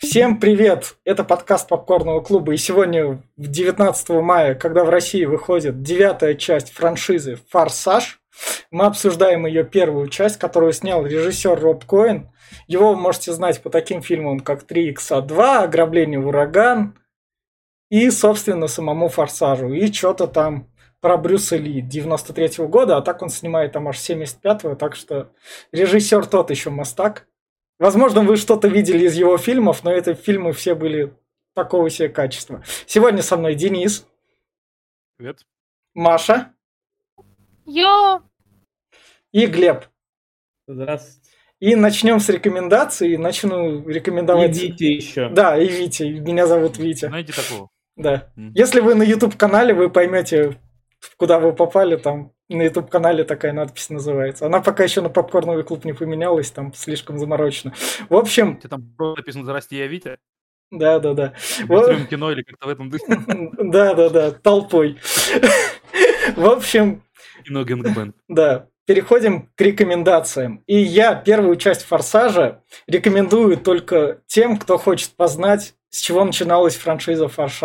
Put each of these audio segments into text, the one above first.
Всем привет! Это подкаст Попкорного клуба. И сегодня, 19 мая, когда в России выходит 9-я часть франшизы «Форсаж», мы обсуждаем ее первую часть, которую снял режиссер Роб Коэн. Его вы можете знать по таким фильмам, как «3х2», «Ограбление в ураган» и, собственно, самому «Форсажу». И что-то там про Брюса Ли 93-го года, а так он снимает там аж 75-го, так что режиссер тот еще мастак. Возможно, вы что-то видели из его фильмов, но эти фильмы все были такого себе качества. Сегодня со мной Денис. Привет. Маша. Йо! И Глеб. Здравствуйте. И начнем с рекомендаций. Начну рекомендовать... И Витя еще. Да, и Витя. Меня зовут Витя. Знаете такого? Да. Если вы на YouTube-канале, вы поймете, куда вы попали, там на YouTube-канале такая надпись называется. Она пока еще на Попкорновый клуб не поменялась, там слишком заморочено. В общем... Тебе там написано «Здрасте, я Витя»? Да. В кино или как-то в этом духе? Да, толпой. В общем... Кино гэнгбэнг. Да. Переходим к рекомендациям. И я первую часть «Форсажа» рекомендую только тем, кто хочет познать, с чего начиналась франшиза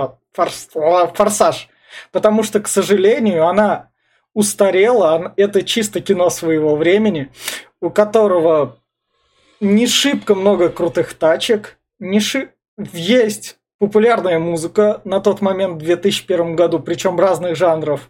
«Форсаж». Потому что, к сожалению, она устарела. Это чисто кино своего времени, у которого не шибко много крутых тачек, есть популярная музыка на тот момент, в 2001 году, причем разных жанров.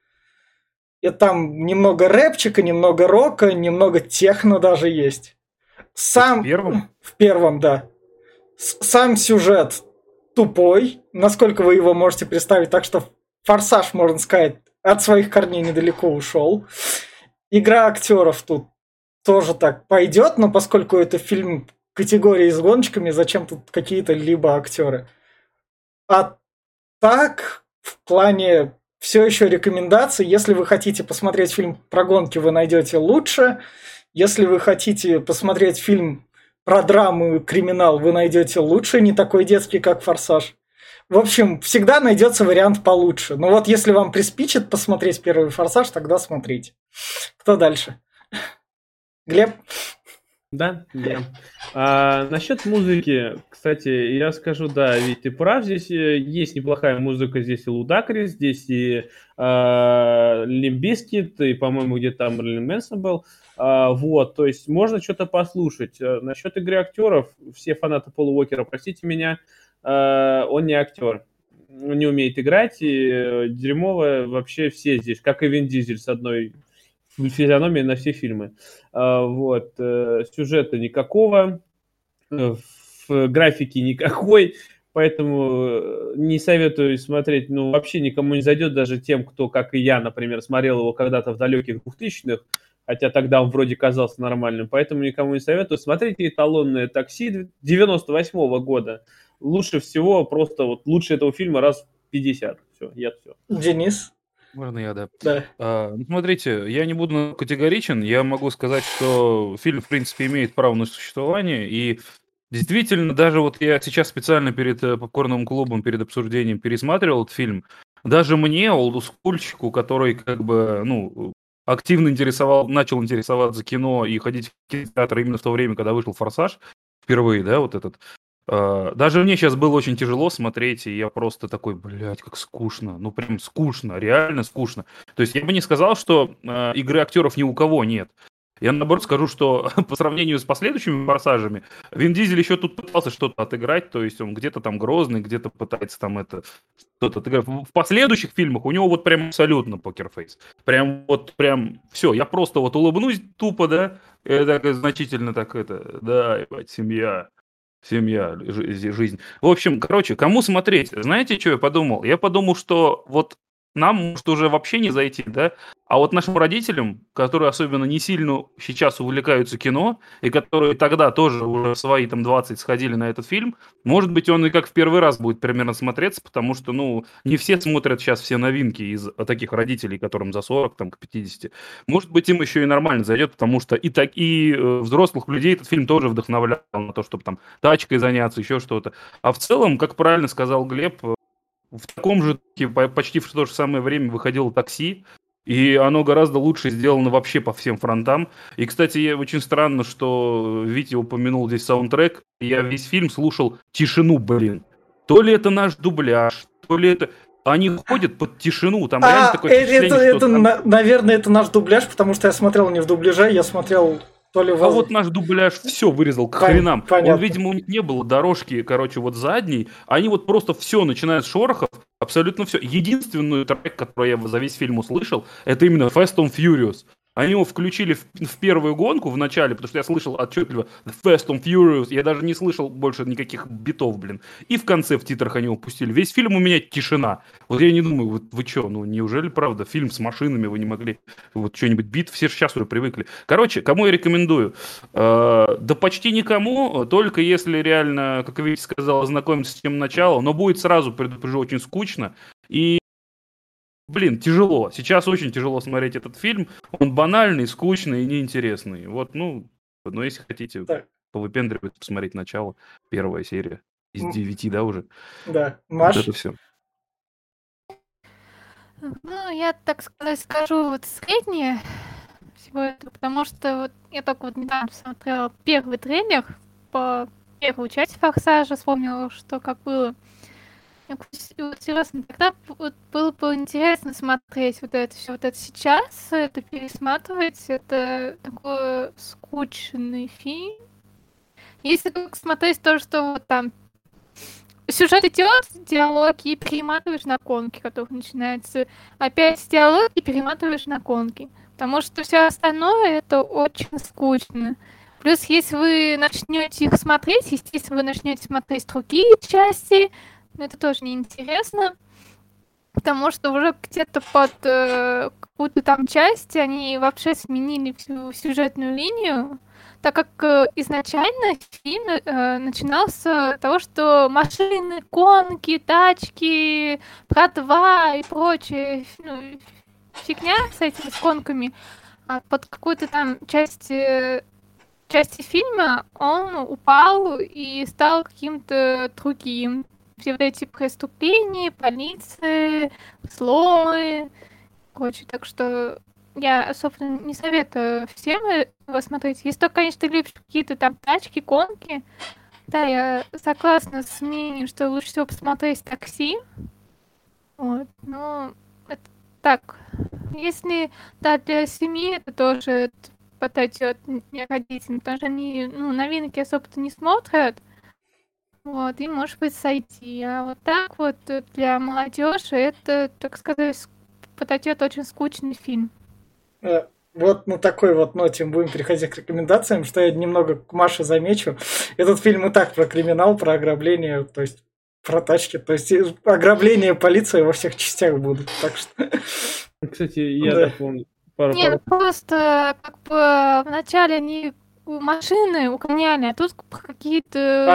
И там немного рэпчика, немного рока, немного техно даже есть. В первом? В первом, да. Сам сюжет тупой, насколько вы его можете представить, так что «Форсаж», можно сказать, от своих корней недалеко ушел. Игра актеров тут тоже так пойдет, но поскольку это фильм категории с гоночками, зачем тут какие-то либо актеры? А так, в плане все еще рекомендаций, если вы хотите посмотреть фильм про гонки, вы найдете лучше. Если вы хотите посмотреть фильм про драму и криминал, вы найдете лучше, не такой детский, как «Форсаж». В общем, всегда найдется вариант получше. Но вот если вам приспичит посмотреть первый «Форсаж», тогда смотрите. Кто дальше? Глеб? Да, я. Насчет музыки, кстати, я скажу, да, ведь ты прав, здесь есть неплохая музыка, здесь и Лудакрис, здесь и Лимп Бизкит, и, по-моему, где-то там Мерлин Мэнсон был. Вот, то есть можно что-то послушать. Насчет игры актеров, все фанаты Пола Уокера, простите меня, он не актер, он не умеет играть, и дерьмово вообще все здесь, как и Вин Дизель с одной физиономией на все фильмы. Вот, сюжета никакого, в графике никакой, поэтому не советую смотреть, ну, вообще никому не зайдет, даже тем, кто, как и я, например, смотрел его когда-то в далеких 2000-х, хотя тогда он вроде казался нормальным, поэтому никому не советую. Смотрите «Эталонное такси» 98-го года. Лучше всего, просто вот лучше этого фильма раз в 50. Все. Денис? Можно я, да? Да. Смотрите, я не буду категоричен, я могу сказать, что фильм, в принципе, имеет право на существование, и действительно, даже вот я сейчас специально перед Попкорным клубом, перед обсуждением пересматривал этот фильм, даже мне, олдскульчику, который как бы, ну, активно начал интересоваться кино и ходить в кинотеатр именно в то время, когда вышел «Форсаж», впервые, да, вот этот. Даже мне сейчас было очень тяжело смотреть, и я просто такой, блядь, как скучно. Ну, прям скучно, реально скучно. То есть я бы не сказал, что игры актеров ни у кого нет. Я, наоборот, скажу, что по сравнению с последующими «Форсажами», Вин Дизель еще тут пытался что-то отыграть, то есть он где-то там грозный, где-то пытается там что-то отыграть. В последующих фильмах у него вот прям абсолютно покерфейс. Прям все, я просто вот улыбнусь тупо, да, так значительно так да, ебать, семья, жизнь. В общем, короче, кому смотреть? Знаете, что я подумал? Я подумал, что вот нам может уже вообще не зайти, да? А вот нашим родителям, которые особенно не сильно сейчас увлекаются кино, и которые тогда тоже уже в свои там 20 сходили на этот фильм, может быть, он и как в первый раз будет примерно смотреться, потому что, ну, не все смотрят сейчас все новинки из таких родителей, которым за 40, там, к 50. Может быть, им еще и нормально зайдет, потому что и взрослых людей этот фильм тоже вдохновлял на то, чтобы там тачкой заняться, еще что-то. А в целом, как правильно сказал Глеб, в таком же, почти в то же самое время выходило «Такси», И оно гораздо лучше сделано вообще по всем фронтам. И, кстати, очень странно, что Витя упомянул здесь саундтрек. Я весь фильм слушал тишину, блин. То ли это наш дубляж, то ли это... Они ходят под тишину, там реально такое впечатление, что там... наверное, это наш дубляж, потому что я смотрел не в дубляже, я смотрел то ли в... А вот наш дубляж все вырезал к хренам. Понятно. Он, видимо, у них не было дорожки, короче, вот задней. Они вот просто все, начиная с шорохов, абсолютно все. Единственный трек, который я за весь фильм услышал, это именно Fast and Furious. Они его включили в первую гонку в начале, потому что я слышал отчетливо Fast and Furious, я даже не слышал больше никаких битов, блин. И в конце в титрах они его пустили. Весь фильм у меня тишина. Вот я не думаю, вот вы что, ну неужели правда фильм с машинами вы не могли вот что-нибудь бит? Все же сейчас уже привыкли. Короче, кому я рекомендую? Да почти никому, только если реально, как Витя сказал, ознакомиться с тем начала, но будет сразу, предупрежу, очень скучно. И блин, тяжело. Сейчас очень тяжело смотреть этот фильм. Он банальный, скучный и неинтересный. Вот, ну, но если хотите Так. повыпендривать, посмотреть начало, первая серия из 9, да, уже? Да, Маш? Вот это все. Ну, я, так сказать, скажу вот среднее всего этого, потому что вот я только вот недавно смотрела первый трейлер по первой части «Форсажа», вспомнила, что как было. Вот серьезно, тогда вот было бы интересно смотреть вот это все. Вот это сейчас, это пересматривать, это такой скучный фильм. Если только смотреть то, что вот там сюжет идет, диалоги, и перематываешь на конки, который начинается. Опять диалоги, и перематываешь на конки. Потому что все остальное это очень скучно. Плюс, если вы начнете их смотреть, естественно, вы начнете смотреть другие части, но это тоже неинтересно, потому что уже где-то под какую-то там часть они вообще сменили всю сюжетную линию, так как изначально фильм начинался с того, что машины, гонки, тачки, братва и прочее, ну, фигня с этими с гонками, а под какую-то там части фильма он упал и стал каким-то другим. Все вот эти преступления, полиция, взломы, короче, так что я особо не советую всем его смотреть. Если только, конечно, ты любишь какие-то там тачки, гонки, да, я согласна с мнением, что лучше всего посмотреть «Такси». Вот, но это так. Если, да, для семьи это тоже подойдет не родителям, потому что они, ну, новинки особо-то не смотрят. Вот, и может быть сойти. А вот так вот для молодежи это, так сказать, подойдет очень скучный фильм. Вот на такой вот ноте мы будем переходить к рекомендациям, что я немного к Маше замечу. Этот фильм и так про криминал, про ограбление, то есть про тачки, то есть ограбление полиции во всех частях будут. Так что... Кстати, я дополню. Нет, просто как бы вначале они машины угоняли, а тут какие-то...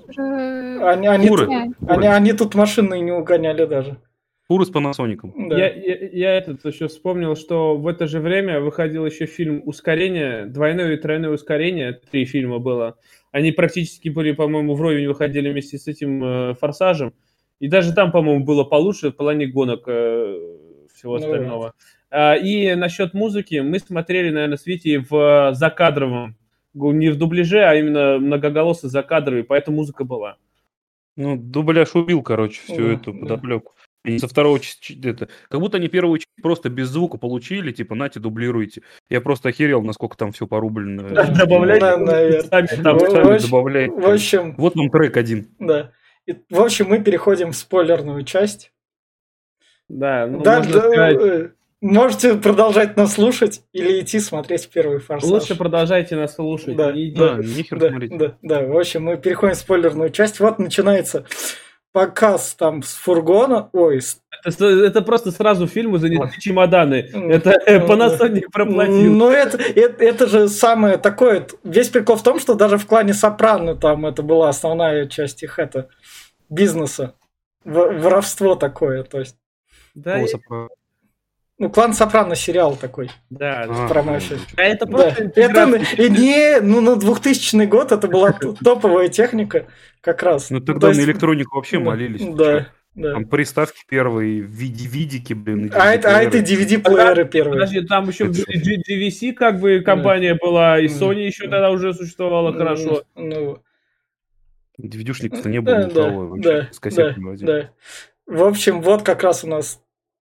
Они тут машины не угоняли даже. Фуры с Панасоником. Да. Я еще вспомнил, что в это же время выходил еще фильм «Ускорение», «Двойное и тройное ускорение», 3 фильма было. Они практически были, по-моему, вровень выходили вместе с этим «Форсажем». И даже там, по-моему, было получше в плане гонок всего остального. И насчет музыки мы смотрели, наверное, с Витей в закадровом. Не в дубляже, а именно многоголосый закадровый, поэтому музыка была. Ну, дубляж убил, короче, всю эту подоплеку. И со второго это, как будто они первую часть просто без звука получили, типа, нате, дублируйте. Я просто охерел, насколько там все порублено. Добавляйте, наверное. В общем... Вот нам трек один. Да. В общем, мы переходим в спойлерную часть. Да, ну, можно сказать... Можете продолжать нас слушать или идти смотреть первый «Форсаж». Лучше продолжайте нас слушать. Нехер смотреть. Да, в общем, мы переходим в спойлерную часть. Вот начинается показ там с фургона. Ой. Это просто сразу фильмы заняты чемоданы. Это Panasonic проплатил. Ну, это же самое такое. Весь прикол в том, что даже в «Клане Сопрано» там это была основная часть их бизнеса. Воровство такое, то есть. Да. Ну, «Клан Сопрано» сериал такой. Да, про мафию. А это просто... на 2000 год это была топовая техника как раз. Ну, тогда на электронику вообще молились. Да. Да. Там приставки первые, видики, блин. А это DVD-плееры первые. Подожди, там еще Это GVC как бы компания была, и Sony еще тогда уже существовала хорошо. Ну, DVD-шников-то не было да, ни у кого вообще, да, с кассетами да, возили. да. В общем, вот как раз у нас...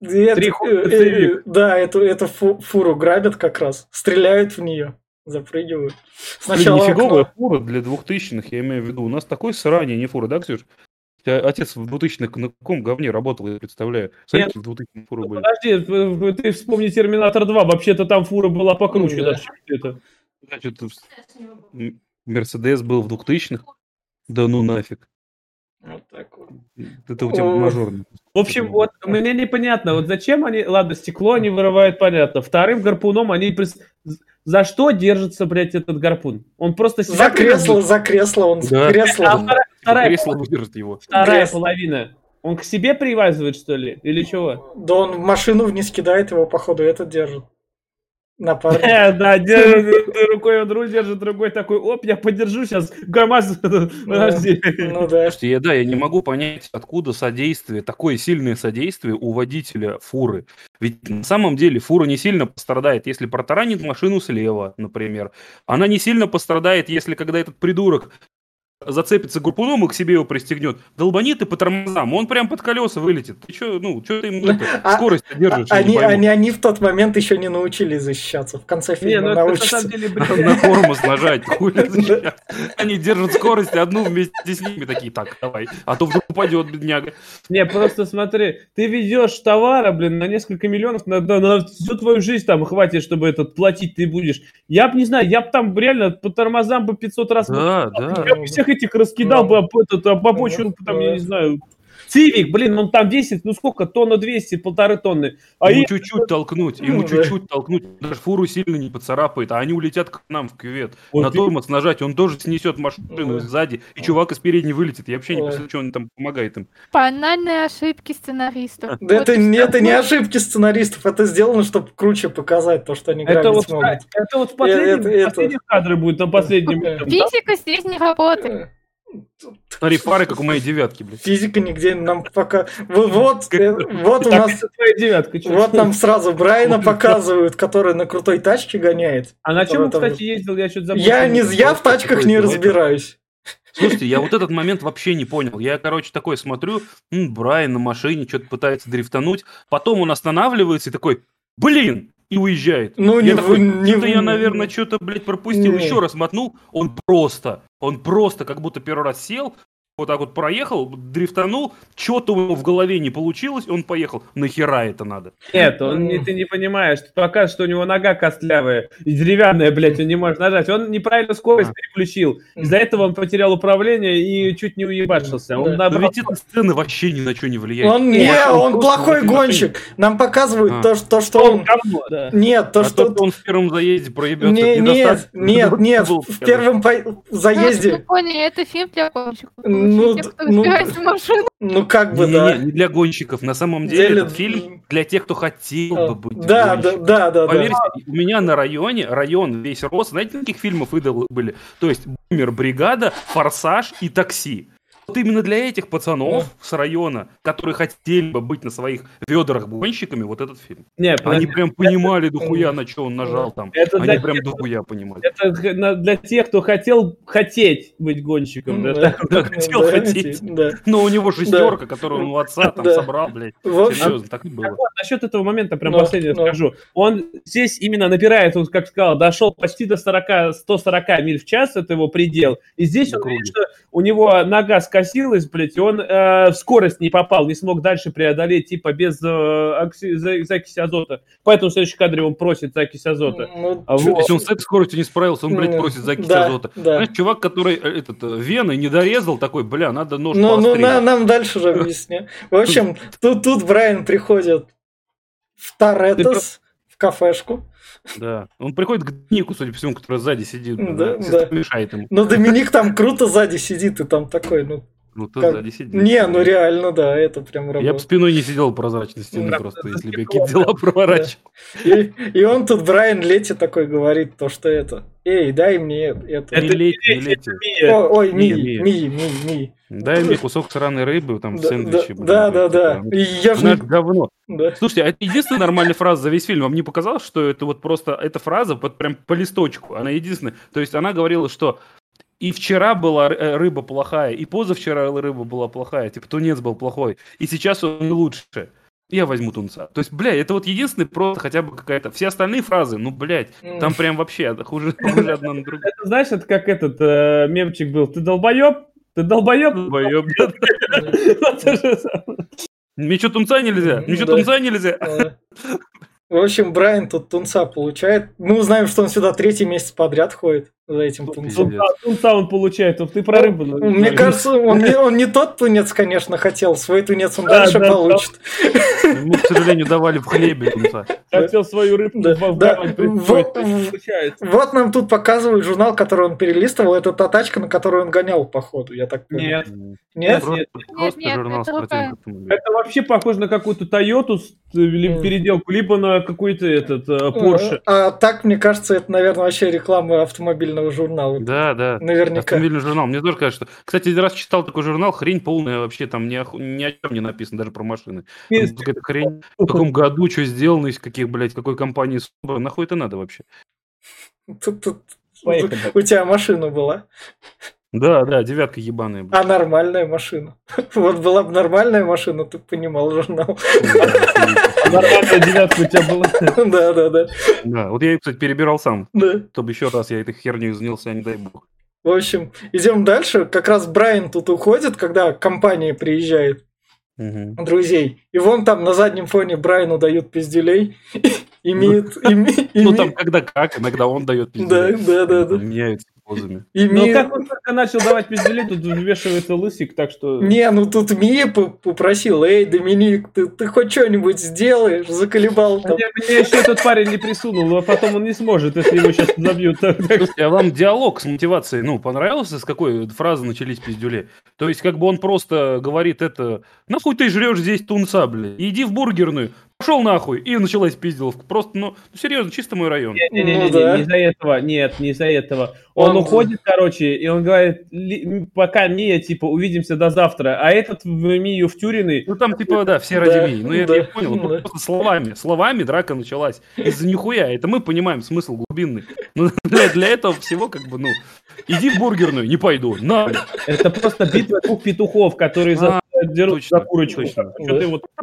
Да, эту фуру грабят как раз, стреляют в нее, запрыгивают. Блин, нифиговая окно. фура для 2000-х, я имею в виду. У нас такой срань, не фура, да, Ксюш? У тебя отец в 2000-х на каком говне работал, я представляю. Смотри, какие в 2000-х фуры были. Подожди, ты вспомни Терминатор 2, вообще-то там фура была покруче Да. даже, чем это. Значит, Мерседес был в 2000-х? Да ну нафиг. Вот так вот. Это у тебя мажорный. В общем, вот мне непонятно, вот зачем они, ладно, стекло они вырывают, понятно. Вторым гарпуном они... За что держится, блядь, этот гарпун? Он просто себя... За кресло, он Да. кресло. Вторая Кресло выдержит его. Кресло. половина. Он к себе привязывает, что ли? Или чего? Да он в машину вниз кидает его, походу, этот держит. На парне. Да, держит рукой, он руль держит, другой такой, оп, я подержу сейчас, ГАМАЗ, подожди. Ну да. Слушайте, я не могу понять, откуда содействие, такое сильное содействие у водителя фуры. Ведь на самом деле фура не сильно пострадает, если протаранит машину слева, например. Она не сильно пострадает, если когда этот придурок зацепится гарпуном и к себе его пристегнет, долбани ты по тормозам, он прям под колеса вылетит. Ты что, ты ему скорость держишь? Они в тот момент еще не научились защищаться. В конце фильма научатся. На тормоз нажать, хули защищаться. Они держат скорость одну вместе с ними, такие, так, давай, а то вдруг упадет, бедняга. Не, просто смотри, ты везешь товара, блин, на несколько миллионов, на всю твою жизнь там хватит, чтобы этот платить ты будешь. Я б не знаю, я бы там реально по тормозам бы 500 раз... Да. Я бы всех этих раскидал бы об обочину, там, я не знаю... Цивик, блин, он там весит, ну сколько, тонна 200, 1,5 тонны. Ему чуть-чуть толкнуть, даже фуру сильно не поцарапает, а они улетят к нам в кювет. Вот на тормоз нажать, он тоже снесет машину сзади, и чувак из передней вылетит. Я вообще не представляю, что он там помогает им. Банальные ошибки сценаристов. Да это не ошибки сценаристов, это сделано, чтобы круче показать то, что они грабить смогут. Это вот в последних кадрах будет, на последнем. Физика здесь не работает. Смотри, фары, как у моей девятки, блядь. Физика нигде нам пока... Вот у нас... Вот нам сразу Брайана показывают, который на крутой тачке гоняет. А на чем он, кстати, ездил? Я что-то забыл. Я в тачках не разбираюсь. Слушайте, я вот этот момент вообще не понял. Я, такой смотрю, Брайан на машине что-то пытается дрифтануть, потом он останавливается и такой, блин, и уезжает. Ну, я наверное, что-то, блядь, пропустил. Еще раз мотнул, он просто как будто первый раз сел, вот так вот проехал, дрифтанул, что-то у него в голове не получилось, он поехал. Нахера это надо? Нет, ты не понимаешь. Пока что у него нога костлявая и деревянная, блядь, он не может нажать. Он неправильно скорость переключил. Из-за этого он потерял управление и чуть не уебашился. Но ведь эта сцена вообще ни на что не влияет. Он плохой гонщик. Нам показывают то, что он... Нет, то, что... он в первом заезде проебется. Нет, в первом заезде... Поняли, это фильм для гонщиков. Ну, как бы, да. Не для гонщиков. На самом деле, этот фильм для тех, кто хотел бы быть гонщиком. Да. Поверьте, у меня на район весь рос. Знаете, каких фильмов идолы были? То есть, «Бумер», «Бригада», «Форсаж» и «Такси». Вот именно для этих пацанов с района, которые хотели бы быть на своих ведрах гонщиками, вот этот фильм. Они прям понимали дохуя, на что он нажал там. Они прям дохуя понимали. Это для тех, кто хотел хотеть быть гонщиком. Хотел хотеть. Но у него шестерка, которую он у отца там собрал, блядь. Серьезно, так и было. Насчет этого момента прям последнее скажу. Он здесь именно напирает, он, как сказал, дошел почти до 140 миль в час, это его предел. И здесь он видит, что у него нога скосилась, блядь, и он в скорость не попал, не смог дальше преодолеть, типа, без закиси азота. Поэтому в следующем кадре он просит закись азота. Если он с этой скоростью не справился, он, блядь, просит закись азота. Знаешь, чувак, который вены не дорезал, такой, бля, надо нож поострее. Нам дальше же объясню. В общем, тут Брайан приходит в Торетос, в кафешку. Да, он приходит к Доминику, судя по всему, который сзади сидит, мешает ему. Ну, Доминик там круто сзади сидит, и там такой, Ну, ты Как- сзади сидишь. Не, ну реально, да, это прям Я бы работает. спиной не сидел прозрачной стены Да, просто, если бы я какие-то дела проворачивал. И он тут, Брайан Летти такой говорит, то, что это. Эй, дай мне это. Не лейте, не лейте. Ой, Мия, Мии. Дай мне кусок сраной рыбы там в Да, сэндвиче. да. И я же Она не... говно. Да. Слушайте, а это единственная нормальная фраза за весь фильм. Вам не показалось, что это вот просто эта фраза вот прям по листочку? Она единственная. То есть она говорила, что и вчера была рыба плохая, и позавчера рыба была плохая, типа тунец был плохой, и сейчас он не лучше. Я возьму тунца. То есть, блядь, это вот единственный просто хотя бы какая-то... Все остальные фразы, ну, блядь, там прям вообще хуже одна на другую. Это, знаешь, это как этот мемчик был. Ты долбоеб? Ты долбоеб? Долбоёб, да. Это же самое. Мне что, тунца нельзя? Мне что, Да. тунца нельзя? В общем, Брайан тут тунца получает. Мы узнаем, что он сюда 3-й месяц подряд ходит за этим тунцом. Тунца он получает. Вот ты про рыбу. Мне кажется, он не тот тунец, конечно, хотел. Свой тунец он Да, дальше да, получит. Ему, к сожалению, давали в хлебе тунца. Хотел свою рыбку Да, в да. гавань пристроить, так не получается. Вот нам тут показывают журнал, который он перелистывал. Это та тачка, на которую он гонял, походу, я так понял. Нет. Нет? Просто Нет, журнал это спортивных автомобилей. Это вообще похоже на какую-то Тойоту или переделку, либо на какой-то этот Porsche. А так, мне кажется, это, наверное, вообще реклама автомобильного журнала. Да. Наверняка. Автомобильный журнал. Мне тоже кажется, что... Кстати, один раз читал такой журнал, хрень полная вообще, там ни о чем не написано, даже про машины. Там какая-то хрень, в каком году, что сделано, из каких, блядь, какой компании собрано. Нахуй это надо вообще? Тут Поехали. у тебя машина была. Да, девятка ебаная. блядь. А нормальная машина. Вот была бы нормальная машина, ты понимал журнал. Нормальная девятка у тебя была. Да. Да, вот я, кстати, перебирал сам, Да. чтобы еще раз я этой херней занялся, не дай бог. В общем, идем дальше. Как раз Брайан тут уходит, когда компания приезжает, Мгм. друзей. И вон там на заднем фоне Брайану дают пиздюлей. Ну, там когда как, иногда он дает пиздец. Да. Меняются позами. Ну, как он только начал давать пизделей, тут вывешивается лысик, так что... Не, ну тут Мия попросил: эй, Доминик, ты хоть что-нибудь сделаешь? Заколебал там. Мне еще этот парень не присунул, а потом он не сможет, если его сейчас забьют. Слушайте, а вам диалог с мотивацией, понравился, с какой фразы начались пиздюли? То есть, как бы он просто говорит это, нахуй ты жрешь здесь тунца, блядь, иди в бургерную, пошел нахуй, и началась пизделовка. Просто, серьезно, чисто мой район. Ну да. Не из-за этого, нет, не из-за этого. Он уходит, короче, и он говорит, пока, Мия, типа, увидимся до завтра, а этот в Мию втюренный... Ну, там, типа, да, все Да, ради Мии. Ну, это да, я понял. да. Просто словами драка началась. Из-за нихуя. Это мы понимаем смысл глубинный. Но для этого всего, как бы, иди в бургерную, не пойду. На, блядь. Это просто битва двух петухов, которые дерут за курочку. точно. Что ты вот...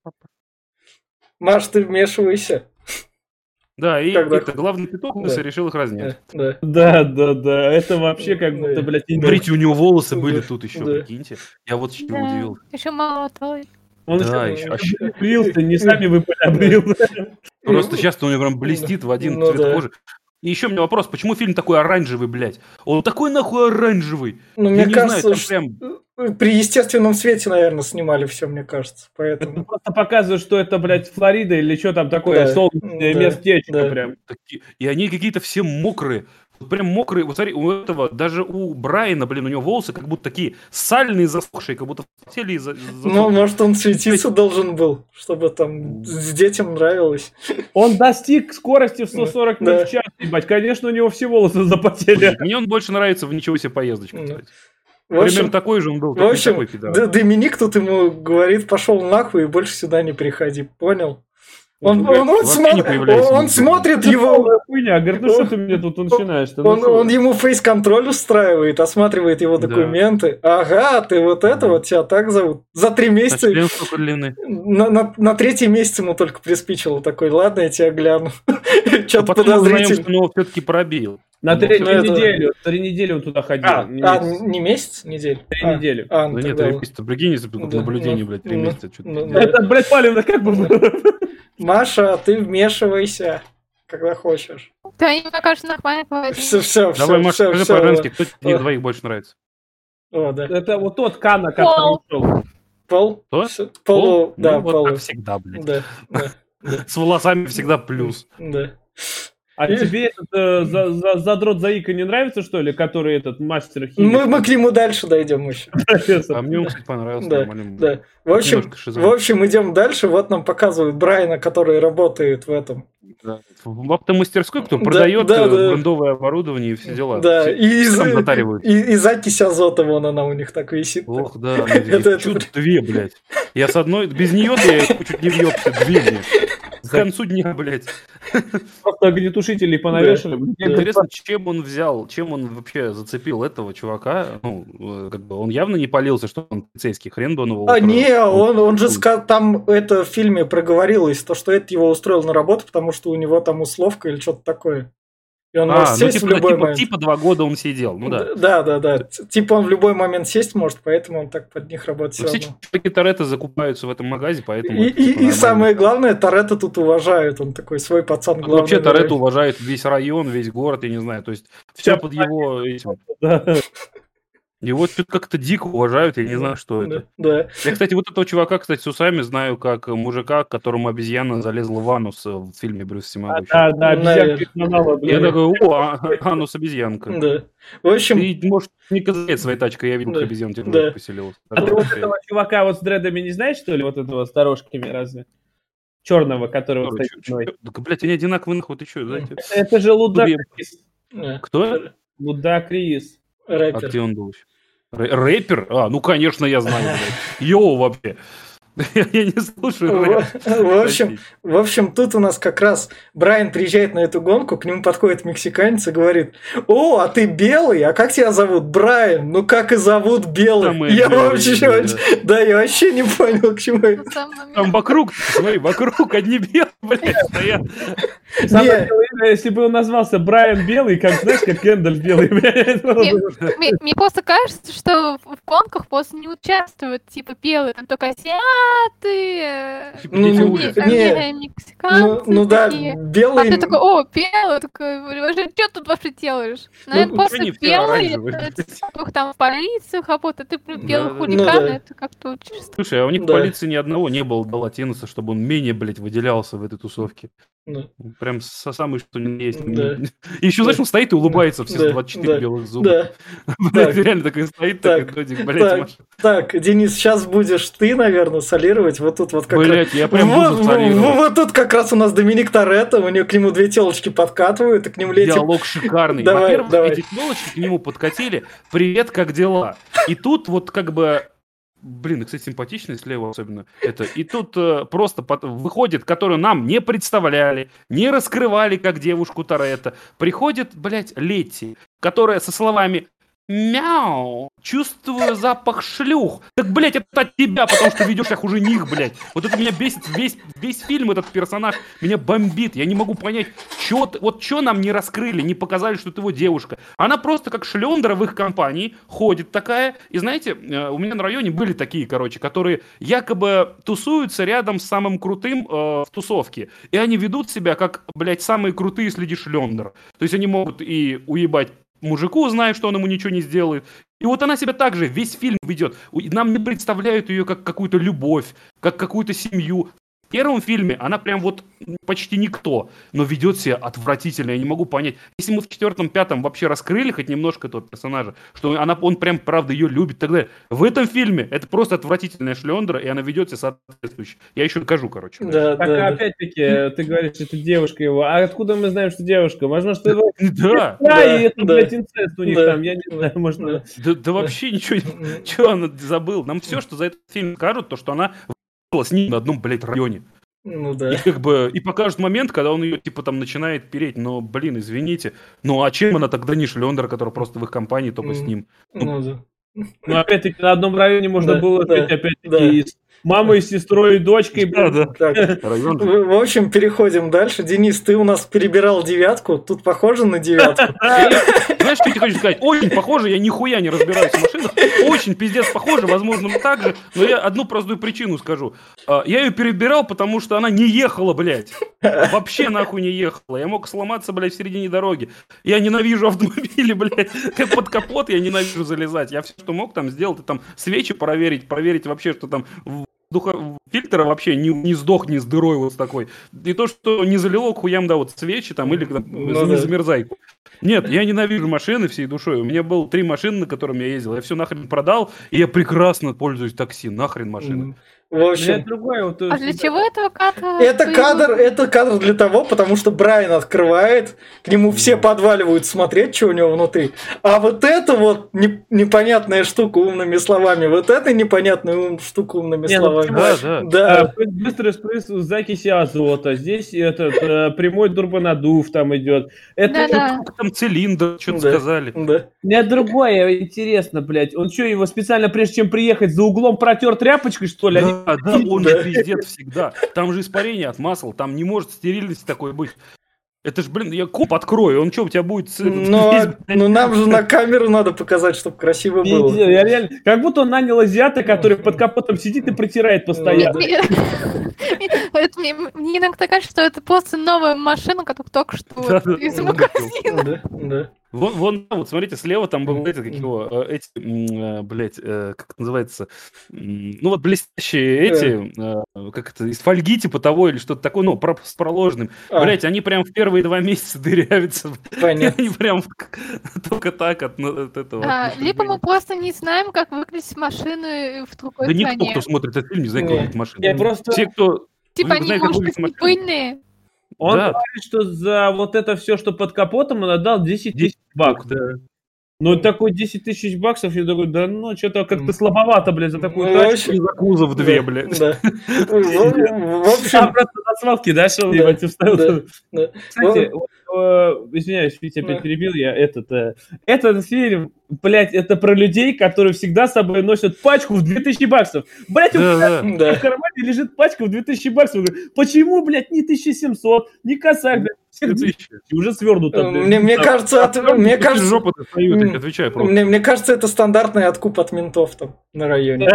Маш, ты вмешивайся. Да, и Когда- это главный петух Да. решил их разнять. Да. Да, это вообще как будто, блядь, Смотрите, у него волосы Да. были тут еще, Да. прикиньте. Я вот чего Да, удивился. еще молодой. Он Да, еще еще. брился, не сами выпали, брил. Просто сейчас у него прям блестит в один Ну цвет да. кожи. И еще у меня вопрос, почему фильм такой оранжевый, блядь? Он такой нахуй оранжевый. Ну, Я мне не кажется, знаю, там прям... при естественном свете, наверное, снимали все, мне кажется. Это Поэтому. просто показывает, что это, блядь, Флорида или что там такое, Да, солнечное да, местечко да. прям. И они какие-то все мокрые. Вот прям мокрые. Вот смотри, у этого, даже у Брайана, блин, у него волосы как будто такие сальные, засохшие, как будто потели и Ну, может, он светиться должен был, чтобы там с детям нравилось. Он достиг скорости в 140 миль Да. в час, ебать. Конечно, у него все волосы запотели. Мне он больше нравится в «Ничего себе поездочка», Ну, кстати. В общем, Примерно такой же он был, в только не общем, такой пидор. Доминик тут ему говорит: пошел нахуй и больше сюда не приходи. Понял? Он вообще не появляется нигде. смотрит Это его. полная хуйня. Говорит, ну что ты мне тут начинаешь-то? Ну что? Он ему фейс-контроль устраивает, осматривает его Да. документы. Ага, ты вот это вот, тебя так зовут. За 3 А месяца. член сколько длины? На 3-й месяц ему только приспичило. Такой: ладно, я тебя гляну. А Что-то потом мы узнаем, подозрительно. что он его все-таки пробил. На Ну, третью это- неделю. 3 недели он туда ходил. не месяц. Не месяц? Неделю? 3 недели. Ну Да нет, тогда 3 месяца. Прикинь, если бы Да, наблюдение, ну, блядь, 3 ну, месяца. Что-то ну, пиздец. Это, блядь, палевно как бы было. Маша, ты вмешивайся, когда хочешь. Да, они, мне кажется, нормально говорят. Все. Давай, Маша, скажи по-женски, кто тебе из двоих больше нравится? О, да. Это вот тот Кана, который ушел. Пол? Кто? Полу, да, Ну, вот полу. как всегда, блядь. Да. С волосами всегда плюс. Да. А тебе этот задрот Заика не нравится, что ли, который этот мастер химии? Мы к нему дальше дойдем еще. А мне он, кстати, понравился. Да, Нормально. да. В общем, идем дальше. Вот нам показывают Брайана, который работает в этом. Да. В автомастерской, кто Да, продает да, да. брендовое оборудование и все дела. Да, Все там затаривают. и запись Азота, вон она у них так висит. Ох, да, чуть две, блядь. Я с одной, без нее-то я чуть не въебся, две, блядь. К концу дня, блядь. Просто огнетушителей понавешали. Мне интересно, чем он взял, чем он вообще зацепил этого чувака. Ну, как бы он явно не палился, что он полицейский, хрен бы он его устроил. Не, он же там это в фильме проговорилось, то, что это его устроил на работу, потому что у него там условка или что-то такое. И он может сесть в любой момент. Типа 2 года он сидел, ну да. Да. Типа он в любой момент сесть может, поэтому он так под них работает все равно. Все чуваки Торетто закупаются в этом магазе, поэтому... И самое главное, Торетто тут уважают, он такой свой пацан главный. Вообще Торетто уважает весь район, весь город, я не знаю, то есть все под его этим... Его что-то как-то дико уважают, я не знаю, что это. Да. Я, кстати, вот этого чувака, кстати, с усами знаю как мужика, которому обезьяна залезла в анус в фильме «Брюс Всемогущий». Да, обезьянка. Я такой, анус-обезьянка. Да. В общем... Ты, может, не казать своей тачкой, я видел, как обезьян тебе поселился. А ты вот этого чувака вот с дредами не знаешь, что ли, вот этого с дорожками разве? Черного, которого стоит мной. Блядь, они одинаковые, нахуй, ты что? Это же Лудакрис. Кто? Лудакрис. А где он был еще? Рэпер? Ну, конечно, я знаю, блядь. Йоу, вообще. Я не слушаю рэп. В общем, тут у нас как раз Брайан приезжает на эту гонку, к нему подходит мексиканец и говорит: «О, а ты белый? А как тебя зовут?» «Брайан». «Ну как и зовут белый?» Я вообще не понял, к чему это. Там вокруг, смотри, вокруг одни белые, блядь, стоят. Если бы он назвался Брайан Белый, как, знаешь, как Кендаль Белый, блядь. Мне просто кажется, что в гонках просто не участвуют, типа, белые, там только азиаты, мексиканцы. Ну да, такие. белый. А ты такой: «О, белый», такой: «Что тут вообще делаешь?» Наверное, просто белый, это кто там в полиции работает, ты белый хулиган, это как-то очень... Слушай, а у них в полиции ни одного не было до латиноса, чтобы он менее, блядь, выделялся в этой тусовке. Прям самый что ни есть. И еще, знаешь, он стоит и улыбается все 24 белых зуба. Блядь, реально такой стоит, такой додик, блядь, Маша. Так, Денис, сейчас будешь ты, наверное, солировать. Вот тут вот как раз... Блядь, я прям буду солировать. Вот тут как раз у нас Доминик Торетто, у него к нему 2 телочки подкатывают, и к нему летит... Диалог шикарный. Во-первых, эти телочки к нему подкатили: «Привет, как дела?» И тут вот как бы... Блин, кстати, симпатичный слева особенно. И тут просто выходит, которую нам не представляли, не раскрывали как девушку Торетто. Приходит, блядь, Летти, которая со словами: «Мяу, чувствую запах шлюх». Так, блядь, это от тебя, потому что ведешь их уже них, блядь. Вот это меня бесит, весь фильм этот персонаж меня бомбит. Я не могу понять, что нам не раскрыли, не показали, что это его девушка. Она просто как шлендра в их компании ходит такая. И знаете, у меня на районе были такие, короче, которые якобы тусуются рядом с самым крутым в тусовке. И они ведут себя как, блядь, самые крутые среди шлендр. То есть они могут и уебать мужику, зная, что он ему ничего не сделает. И вот она себя так же весь фильм ведет. Нам не представляют ее как какую-то любовь, как какую-то семью. В первом фильме она прям вот почти никто, но ведет себя отвратительно. Я не могу понять. Если мы в 4-м, 5-м вообще раскрыли хоть немножко этого персонажа, что он прям правда ее любит и так далее. В этом фильме это просто отвратительная шлендра, и она ведет себя соответствующе. Я еще докажу, короче. Да, опять-таки, ты говоришь, что это девушка его. А откуда мы знаем, что девушка? Можно, что его... Да. И это, блядь, инцест у них там. Я не знаю, можно... Да вообще ничего. Чего она забыл? Нам все, что за этот фильм скажут, то, что она с ним на одном, блядь, районе. Ну да. И как бы и покажут момент, когда он ее типа там начинает переть. Но, блин, извините. Ну а чем она тогда не шлендер, который просто в их компании только с ним? Ну опять-таки на одном районе можно было жить, опять-таки, с мамой, сестрой и дочкой. В общем, переходим дальше. Денис, ты у нас перебирал 9-ку. Тут похоже на 9-ку. Знаешь, что я тебе хочу сказать? Очень похоже, я нихуя не разбираюсь в машинах. Очень пиздец похоже, возможно, так же. Но я одну простую причину скажу. Я ее перебирал, потому что она не ехала, блядь. Вообще нахуй не ехала. Я мог сломаться, блядь, в середине дороги. Я ненавижу автомобили, блядь. Под капот я ненавижу залезать. Я все, что мог там сделать, там свечи проверить вообще, что там фильтра вообще не сдох, не с дырой вот с такой. И то, что не залило к хуям, да, вот свечи там или не замерзайку. Нет, я ненавижу машины всей душой. У меня было 3 машины, на которых я ездил. Я все нахрен продал, и я прекрасно пользуюсь такси. Нахрен машины. В общем, А для чего этого кадра? это кадр для того, потому что Брайан открывает, к нему все подваливают смотреть, что у него внутри. А вот это вот непонятная штука умными словами, вот это непонятная штука умными словами. Да. Быстрый спрыск закиси азота. Здесь этот прямой турбонадув там идет. Да. Там цилиндр, что-то сказали. Да. Мне другое интересно, блядь. Он что, его специально, прежде чем приехать, за углом протер тряпочкой, что ли? Да, он же пиздец всегда. Там же испарение от масла, там не может стерильности такой быть. Это ж, блин, я коп открою, он что, у тебя будет... Ну, нам же на камеру надо показать, чтобы красиво было. Я реально... Как будто он нанял азиата, который под капотом сидит и протирает постоянно. Мне иногда кажется, что это просто новая машина, которая только что из магазина. Да. Вон, вот смотрите, слева там был как это называется, ну вот блестящие эти, как это, из фольги типа того или что-то такое, ну, с проложенным. Блять, они прям в первые 2 месяца дырявятся. Понятно. Они прям только так от этого. Либо мы просто не знаем, как выглядеть машины в другой стране. Да никто, кто смотрит этот фильм, не знает, как выглядит машина. Все, кто... Типа они, может быть, не пыльные. Он говорит, что за вот это все, что под капотом, он отдал 10 тысяч баксов. Да. Ну, такой 10 тысяч баксов, я такой, да ну, что-то как-то слабовато, блядь, за такую тачку. За кузов 2, блядь. Да. В общем... просто на свалке, да, шел, ебать, вставил. Кстати, извиняюсь, Витя, опять перебил я этот фильм, блядь, это про людей, которые всегда с собой носят пачку в 2000 баксов. Блядь, у меня в кармане лежит пачка в 2000 баксов. Почему, блядь, не 1700, не косарь, блядь? Уже свернуто. Мне кажется, жопу достают, я отвечаю просто. Мне кажется, это стандартный откуп от ментов там на районе.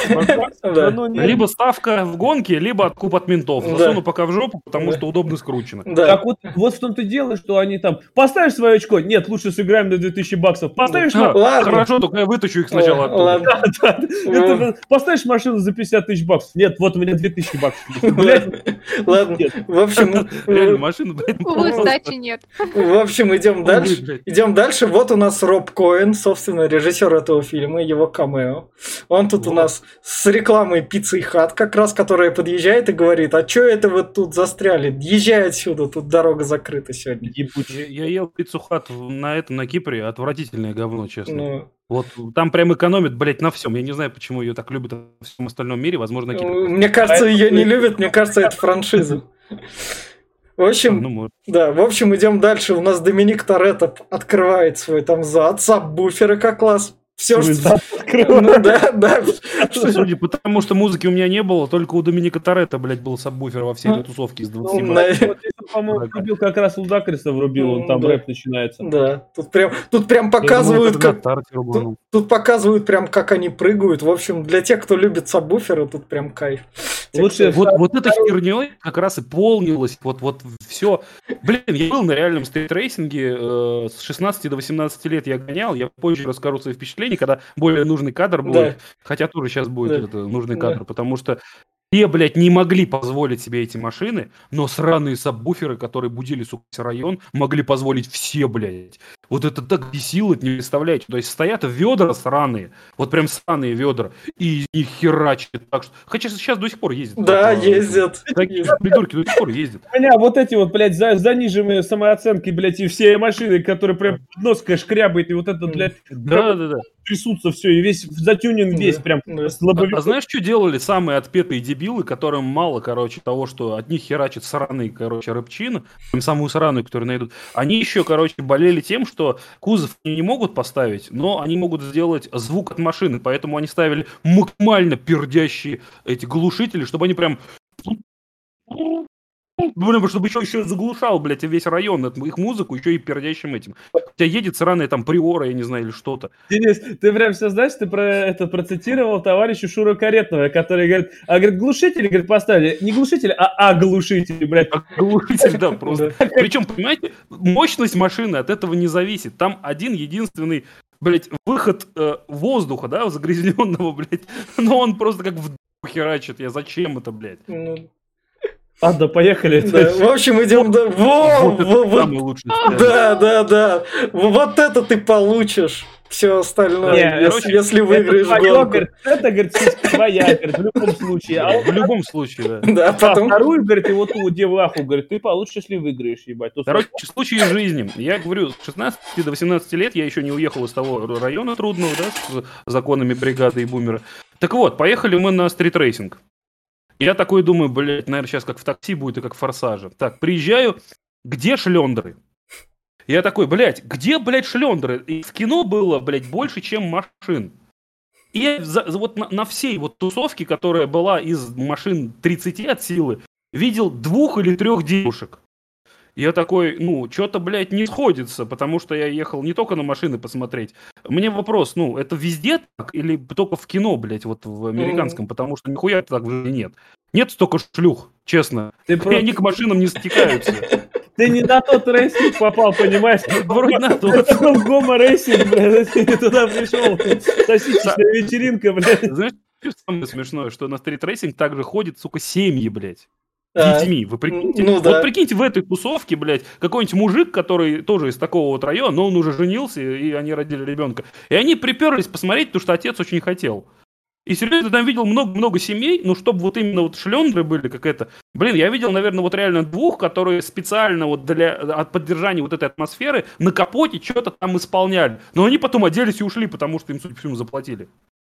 Либо ставка в гонке, либо откуп от ментов. Засуну пока в жопу, потому что удобно скручено. Так вот в том-то дело, что они там, поставишь свое очко? Нет, лучше сыграем на 2000 баксов. Поставишь? Хорошо, только я вытащу их сначала оттуда. Поставишь машину за 50 тысяч баксов? Нет, вот у меня 2000 баксов. Ладно, в общем... Реально, машина, блядь, сдачи нет. В общем, идем дальше. Вот у нас Роб Коэн, собственно, режиссер этого фильма, его камео. Он тут у нас с рекламой Pizza Hut, как раз, которая подъезжает и говорит: а чё это вы тут застряли? Езжай отсюда, тут дорога закрыта сегодня. Я ел Pizza Hut на Кипре, отвратительное говно, честно. Вот там прям экономят, блядь, на всем. Я не знаю, почему ее так любят во всем остальном мире. Возможно, на Кипре. Мне кажется, ее не любят, мне кажется, это франшиза. В общем, идем дальше. У нас Доминик Торетто открывает свой там зад, сабвуферы как класс. Все, что... да. Судя по тому, что музыки у меня не было, только у Доминика Торетто, блядь, был сабвуфер во всей этой тусовке из 20 минут. По-моему, врубил как раз Лудакриса врубил, он там рэп начинается. Да, тут прям показывают, тут показывают прям, как они прыгают. В общем, для тех, кто любит сабвуферы, тут прям кайф. Лучше вот этой херней как раз и полнилось вот все. Блин, я был на реальном стритрейсинге с 16 до 18 лет я гонял, я позже расскажу свои впечатления, когда более нужный кадр будет, хотя тоже сейчас будет нужный кадр, потому что те, блядь, не могли позволить себе эти машины, но сраные сабвуферы, которые будили, сука, район, могли позволить все, блядь. Вот это так бесило, это не представляете. То есть стоят ведра сраные, вот прям сраные ведра, и из них херачат так что... Хотя сейчас до сих пор ездят. Да, ездят. Такие придурки до сих пор ездят. У меня вот эти вот, блядь, заниженные самооценки, блядь, и все машины, которые прям нос шкрябает, и вот это, блядь... Да. Трясутся все, и весь затюнинг весь прям слабовик. А знаешь, что делали самые отпетые дебилы, которым мало, короче, того, что от них херачит сраный, короче, рэпчин, самую сраную, которую найдут. Они еще, короче, болели тем, что кузов они не могут поставить, но они могут сделать звук от машины, поэтому они ставили максимально пердящие эти глушители, чтобы они прям... Блин, чтобы еще заглушал, блядь, весь район, их музыку, еще и пердящим этим. У тебя едет сраная там Приора, я не знаю, или что-то. Денис, ты прям все знаешь, ты процитировал товарища Шура Каретного, который говорит, глушители, говорит, поставили, не глушители, а глушители, блядь. Глушитель, да, просто. Причем, понимаете, мощность машины от этого не зависит. Там один единственный, блядь, выход воздуха, да, загрязненного, блядь, но он просто как в похерачит. Я зачем это, блядь? Ну, Да, поехали. да. В общем, идем... Самый лучший сценарий. Да. Вот это ты получишь. Все остальное, Не, если выиграешь гонку. говорит, это, говорит, сиська твоя, говорит, в любом случае. А В любом случае, да. Да, потом... вторую, говорит, и вот ту деваху, говорит, ты получишь, если выиграешь, ебать. Короче, случаи жизни. Я говорю, с 16 до 18 лет я еще не уехал из того района трудного, да, с законами бригады и бумера. Так вот, поехали мы на стритрейсинг. Я такой думаю, блядь, наверное, сейчас как в такси будет и как в «Форсаже». Так, приезжаю, где шлендры? Я такой, блядь, где, блядь, шлендры? И в кино было, блядь, больше, чем машин. И я вот на всей вот тусовке, которая была из машин 30 от силы, видел 2 или 3 девушек. Я такой, ну, что-то, блядь, не сходится, потому что я ехал не только на машины посмотреть. Мне вопрос, ну, это везде так или только в кино, блядь, вот в американском, потому что нихуя так в жизни нет. Нет столько шлюх, честно. И они к машинам не стекаются. Ты не на тот рейсинг попал, понимаешь? Вроде на тот. Это был гомо-рейсинг, блядь, ты туда пришел. Тосическая вечеринка, блядь. Знаешь, что самое смешное, что на стритрейсинг также ходят, сука, семьи, блядь. А, Детьми, вы прикиньте? ну да. Вот прикиньте, в этой тусовке, блядь, какой-нибудь мужик, который тоже из такого вот района, но он уже женился, и они родили ребенка. И они приперлись посмотреть, потому что отец очень хотел. И серьезно, там видел много-много семей, ну, чтобы вот именно вот шлендры были, как это. Блин, я видел, наверное, вот реально 2, которые специально вот для поддержания вот этой атмосферы на капоте что-то там исполняли. Но они потом оделись и ушли, потому что им, судя по всему, заплатили.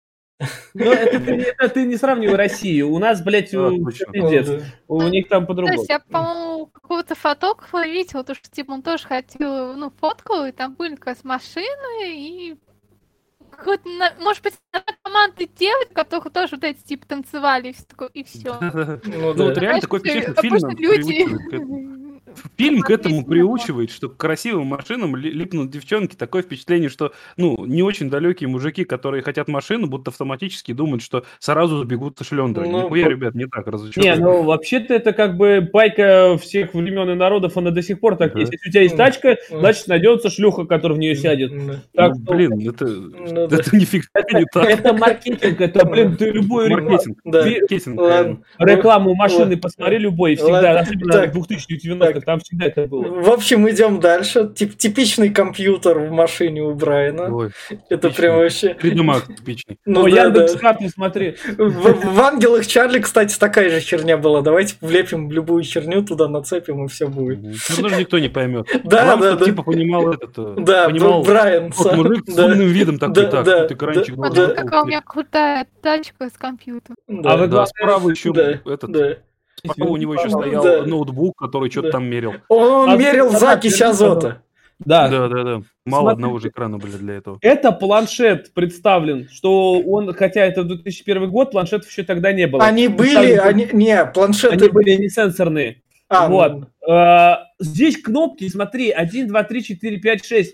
Ну, это ты не сравнивай Россию. У нас, блядь, точно. пиздец. Да. У них там То по-другому. есть я, по-моему, какого-то фотографа видела, то, что, типа, он тоже хотел, ну, фотку, и там были как раз машины, и какой-то, может быть, команды девочек, которых тоже вот эти, типа, танцевали, и все такое, и все. Ну Ну, вот да. реально такое впечатление, что фильм нас приучивает к этому. Фильм к этому приучивает, что к красивым машинам липнут девчонки. Такое впечатление, что, ну, не очень далекие мужики, которые хотят машину, будут автоматически думать, что сразу забегут шлендры. Ну, Нихуя, ребят, не так, Не, разочарован. ну вообще-то это как бы байка всех времен и народов, она до сих пор так Да. есть. Если у тебя есть тачка, Мгм. значит найдется шлюха, которая в нее сядет. Так Ну, что блин, это Ну да. нифига не так. это маркетинг, это, блин, ты любой Маркетинг. Да. Маркетинг, Ладно. рекламу машины Ладно. посмотри любой, всегда, Ладно. особенно Так. 2090-х, Так. там всегда это было. В общем, идем дальше. Типичный компьютер в машине у Брайана. Ой, Это типичный. прям вообще... 3D Max типичный. Ну О, да, Яндекс да. карты смотри. В «Ангелах Чарли», кстати, такая же херня была. Давайте влепим любую херню туда, нацепим, и все будет. Ну, даже никто не поймет. Да, Главное, да, чтоб, да. типа понимал этот, Да, понимал Брайан. тот мужик с да, умным видом такой, Да, так, да, тут экранчик Вот должен да. какая у быть. меня крутая тачка с компьютером. да, А вы Да, главное, справа еще да, этот, да. справа у него еще стоял Да. ноутбук, который что-то Да. там мерил. Он А мерил ты- закись азота. Да. Да. Мало Смотри. одного же экрана были для этого. Это планшет представлен, что он, хотя это 2001 год, планшетов еще тогда не было. Они были, Представлен, не, они планшеты... были не сенсорные. А, Вот. ну, Здесь кнопки, смотри, 1, 2, 3, 4, 5, 6.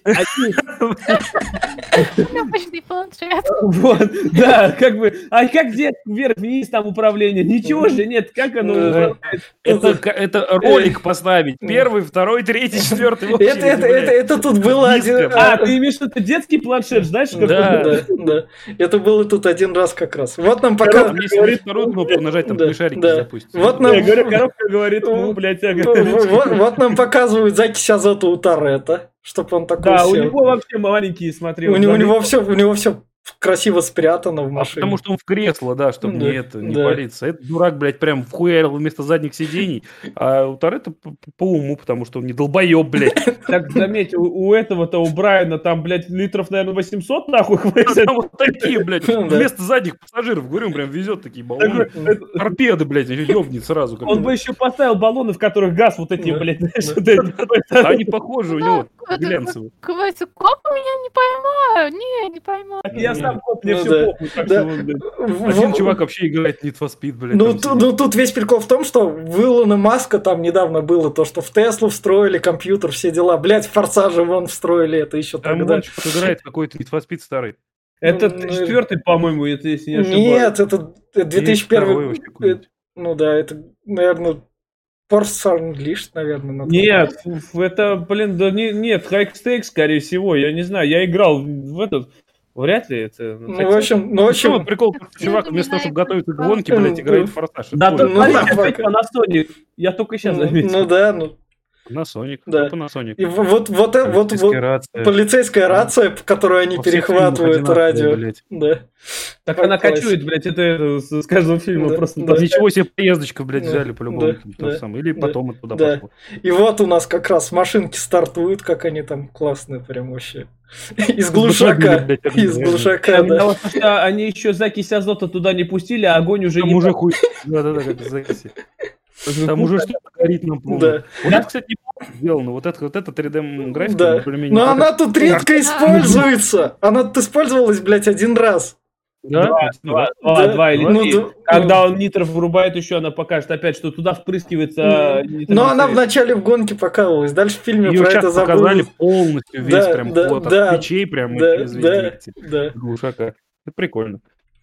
Обычный планшет. Вот, да, как бы, а как где вверх-вниз там управление? Ничего же нет, как оно Да. управляет? Это ролик поставить. Первый, второй, третий, четвертый. в очереди, блядь. это тут было один... Диском. Ты имеешь в виду детский планшет, знаешь? Как Да. Да. Это было тут один раз как раз. Вот нам Там, пока... если вторую кнопку нажать, там Да, три шарика да. запустится. Вот Я нам... говорю, коробка говорит, блядь, я говорю. Вот нам показывают закись азота у Торетто, чтобы он такой Да, у сел. него вообще маленькие, смотри. У вот него залип. все красиво спрятано в машине. Потому что он в кресло, да, чтобы Да, не да. палиться. Этот дурак, блядь, прям вхуярил вместо задних сидений, а у Торетто по уму, потому что он не долбоеб, блядь. Так, заметь, у этого-то, у Брайана, там, блядь, литров, наверное, 800, нахуй, хватит. Там вот такие, блядь, Да. вместо задних пассажиров, говорю, он прям везет такие баллоны. Торпеды, блядь, ёбнет сразу. как Он бы. бы еще поставил баллоны, в которых газ вот эти, Да. блядь, знаешь, Да. вот эти. Они похожи у него, глянцевые. Какой-то коп меня не поймаю. Не поймаю. Я сам коп, мне Ну все да. похуй. так Да. что вот, блядь. Один чувак вообще играет Need for Speed, блядь. Ну, там сидит. тут весь прикол в том, что в Илона Маска там недавно было то, что в Теслу встроили компьютер, все дела. Блять, в Форсаже вон встроили это еще Там тогда. он что-то играет в какой-то Need for Speed старый. Это Ну, 4-й, по-моему, это если не ошибаюсь. Нет, это Или 2001. второй вообще какой-нибудь. Ну да, это, наверное, Force Unleashed, наверное. надо. Нет, это, блин, да нет, High Stakes, скорее всего, я не знаю, я играл в этот, Вряд ли это... Ну, в общем, Самый прикол, что чувак вместо того, чтобы готовиться к гонке, блядь, играет в форсаж. Да, Это тут ну, смотрите, да, опять Panasonic. Я только сейчас заметил. Ну да, ну. Panasonic. Да. Panasonic. И вот полицейская рация, которую они Во всех перехватывают фильмах радио. одинаковые, блядь. Да. Так она кочует, блядь, это с каждого фильма Да, просто... да. Ничего себе, поездочку, блядь, Да, взяли по-любому. да, То да, самое. Или да, потом оттуда да. пошло. И вот у нас как раз машинки стартуют, как они там классные прям вообще. Из глушака. блядь, Из реально. глушака, да. Потому что они еще закись азота туда не пустили, а огонь уже Там не... уже хуй. Да-да-да, как в записи. Там уже что-то горит нам полно. Да. Вот это, кстати, неплохо сделано. Вот это 3D-графика. Да. более-менее Но так- она тут редко используется. Она тут использовалась, блядь, один раз. Да? Два или Ну, три. да. Когда он нитро вырубает, еще она покажет опять, что туда впрыскивается... Но она в начале в гонке показывалась. Дальше в фильме Ее про сейчас это показали забыли. полностью, весь Да, прям да, ход да. от печей прям Да, через весь да, двигатель. да. Глушака. Это прикольно.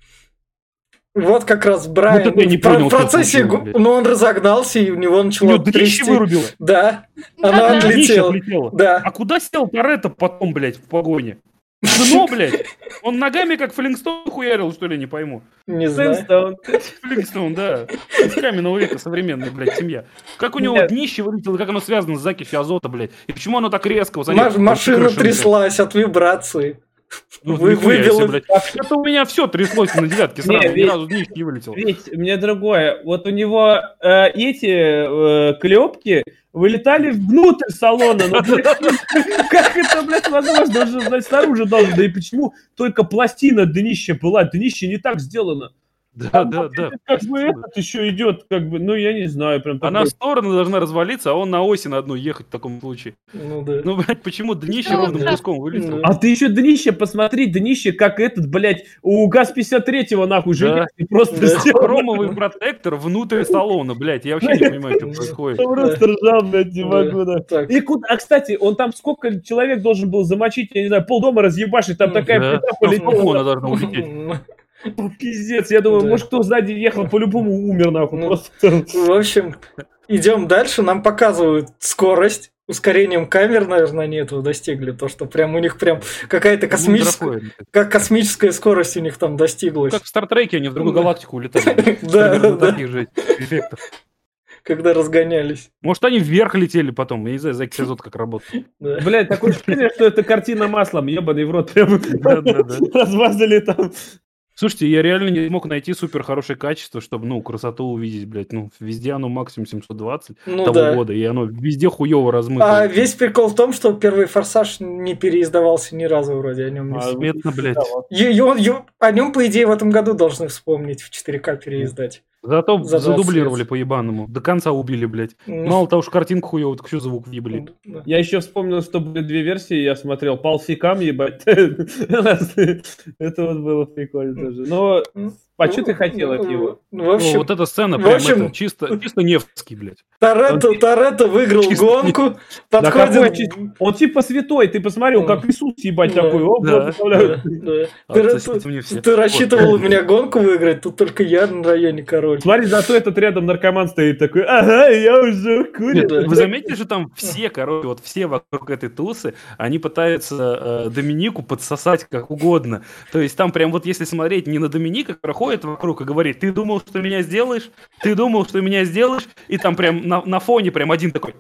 Вот как раз Брайан Вот это я не в понял, процессе, что случилось, блядь. ну он разогнался, и у него У начало него днище трясти. вырубило. Да, Да, она да. Днище отлетела. отлетело. Да, А куда сел Торетто потом, блядь, в погоне? Дно, блядь. Он ногами как Флинстон хуярил, что ли, не пойму. не знаю. Флинстон, да. Из каменного века современная, блядь, семья. Как у него Нет. днище вылетело, как оно связано с закисью азота, блядь. И почему оно так резко? Машина тряслась от вибрации. Ну, Вы- нихуя себе, выбило- блядь. Это у меня все тряслось на девятке Не, сразу, ни ведь- разу днище не вылетело. Ведь мне другое. Вот у него эти клепки вылетали внутрь салона. Ну, блядь, как это, блядь, возможно? Он же, значит, снаружи должен. Да и почему только пластина днища была? Днище не так сделано. Да, да, да. Как бы этот еще идет, как бы, ну, я не знаю. Прям Она в такой... сторону должна развалиться, а он на оси на одну ехать в таком случае. Ну да. Ну, блядь, почему днище Ну, ровным да. куском вылетело? Ну. А ты еще днище, посмотри, днище, как этот, блядь, у ГАЗ-53-го, нахуй, Да. железный просто Да. сделал. Хромовый протектор внутрь салона, блядь. Я вообще не понимаю, что происходит. Я просто ржал, блядь, не Да. могу, да. Так. И куда... А, кстати, он там сколько человек должен был замочить, я не знаю, полдома разъебашить, там такая Да, плита там полетела. она должна улететь. Пиздец, я думаю, Да. может, кто сзади ехал, по-любому умер, нахуй, Ну. просто. В общем, идем дальше. Нам показывают скорость. Ускорением камер, наверное, они этого достигли. То, что прям у них прям какая-то космическая скорость у них там достиглась. Как в Стартреке они в другую галактику улетали. Да, Примерно да. таких же эффектов. Когда разгонялись. Может, они вверх летели потом. Я не знаю, закись азот как работает. Да. Блядь, такое ощущение, что это картина маслом, ебаный в рот, прям Да. размазали там. Слушайте, я реально не мог найти супер хорошее качество, чтобы, ну, красоту увидеть, блядь. Ну, везде оно максимум 720 Ну того да. года, и оно везде хуево размыто. А весь прикол в том, что первый «Форсаж» не переиздавался ни разу вроде о нем не вспомнили. Заметно, блядь. О нем, по идее, в этом году должны вспомнить, в 4К переиздать. Зато За 20 задублировали лет. по-ебаному. До конца убили, блядь. Ну, Мало того, что картинка хуёвая, так еще звук въебли. да. Я еще вспомнил, что были две версии, я смотрел Палсикам, ебать. Это вот было прикольно тоже. Но, а что ты хотел от него? В Ну, общем, вот эта сцена в прям общем- это, чисто Невский, блядь. Торетто выиграл Чисто гонку, Да какой подходит... чисто- Он типа святой, ты посмотри, он как Иисус, ебать, Да, такой. Оп, да. представляю. Да. Отсосите мне все. Ты рассчитывал у меня гонку выиграть, тут только я на районе король. Смотри, зато этот рядом наркоман стоит такой, ага, я уже курю. Да. Вы заметили, что там все, короче, вот все вокруг этой тусы, они пытаются Доминику подсосать как угодно. То есть там прям вот если смотреть не на Доминика, который ходит вокруг и говорит, ты думал, что меня сделаешь? Ты думал, что меня сделаешь? И там прям на фоне прям один такой,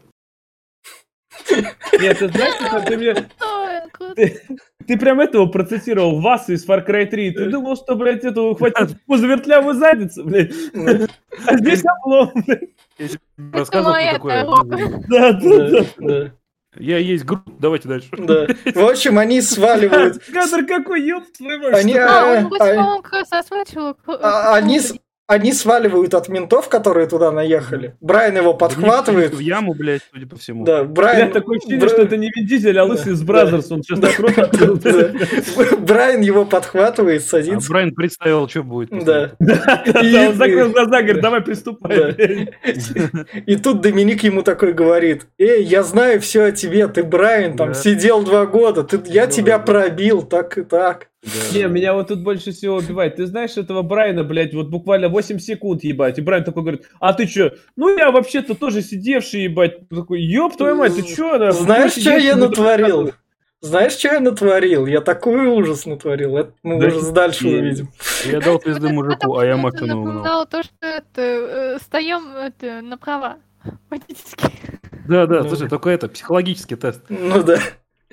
Нет, ты знаешь, что ты мне... Круто. Ты прям этого процитировал, вас из Far Cry 3. Ты думал, что, блядь, этого хватит за вертлявую задницу, блядь. А здесь облом, блядь. я тебе рассказывал, моя что такое. дорога. Да, да, да. Да, Я есть грудь, давайте дальше. да. В общем, они сваливают. Кадр какой, ёб твою мать. Они, что- А, он по-моему, как раз осматривал. они сваливают от ментов, которые туда наехали. Брайан его подхватывает. В яму, блядь, судя по всему. Да, Бля, Брайан... такое ощущение, что это не Вин Дизель, а лысый из Бразерс. Он сейчас так рот открыл. Да. Брайан его подхватывает, А садится. Брайан представил, что будет. после Да. этого. Да, он закрыл глаза, говорит, давай приступай. Да. И тут Доминик ему такой говорит: эй, я знаю все о тебе, ты Брайан, там Да. сидел 2 года, я Да, тебя да. пробил, так и так. Не, меня вот тут больше всего убивает. Ты знаешь этого Брайана, блядь, вот буквально 8 секунд, ебать. И Брайан такой говорит, а ты чё? Ну, я вообще-то тоже сидевший, ебать. Такой, ёб твою мать, ты чё? Знаешь, что я натворил? Знаешь, что я натворил? Я такой ужас натворил. Это мы Да ужас дальше и- увидим. Я дал пизды мужику, а я машину угнал. напоминало то, что встаем направо водительский. Да, Ну. слушай, только это, психологический тест. Ну да.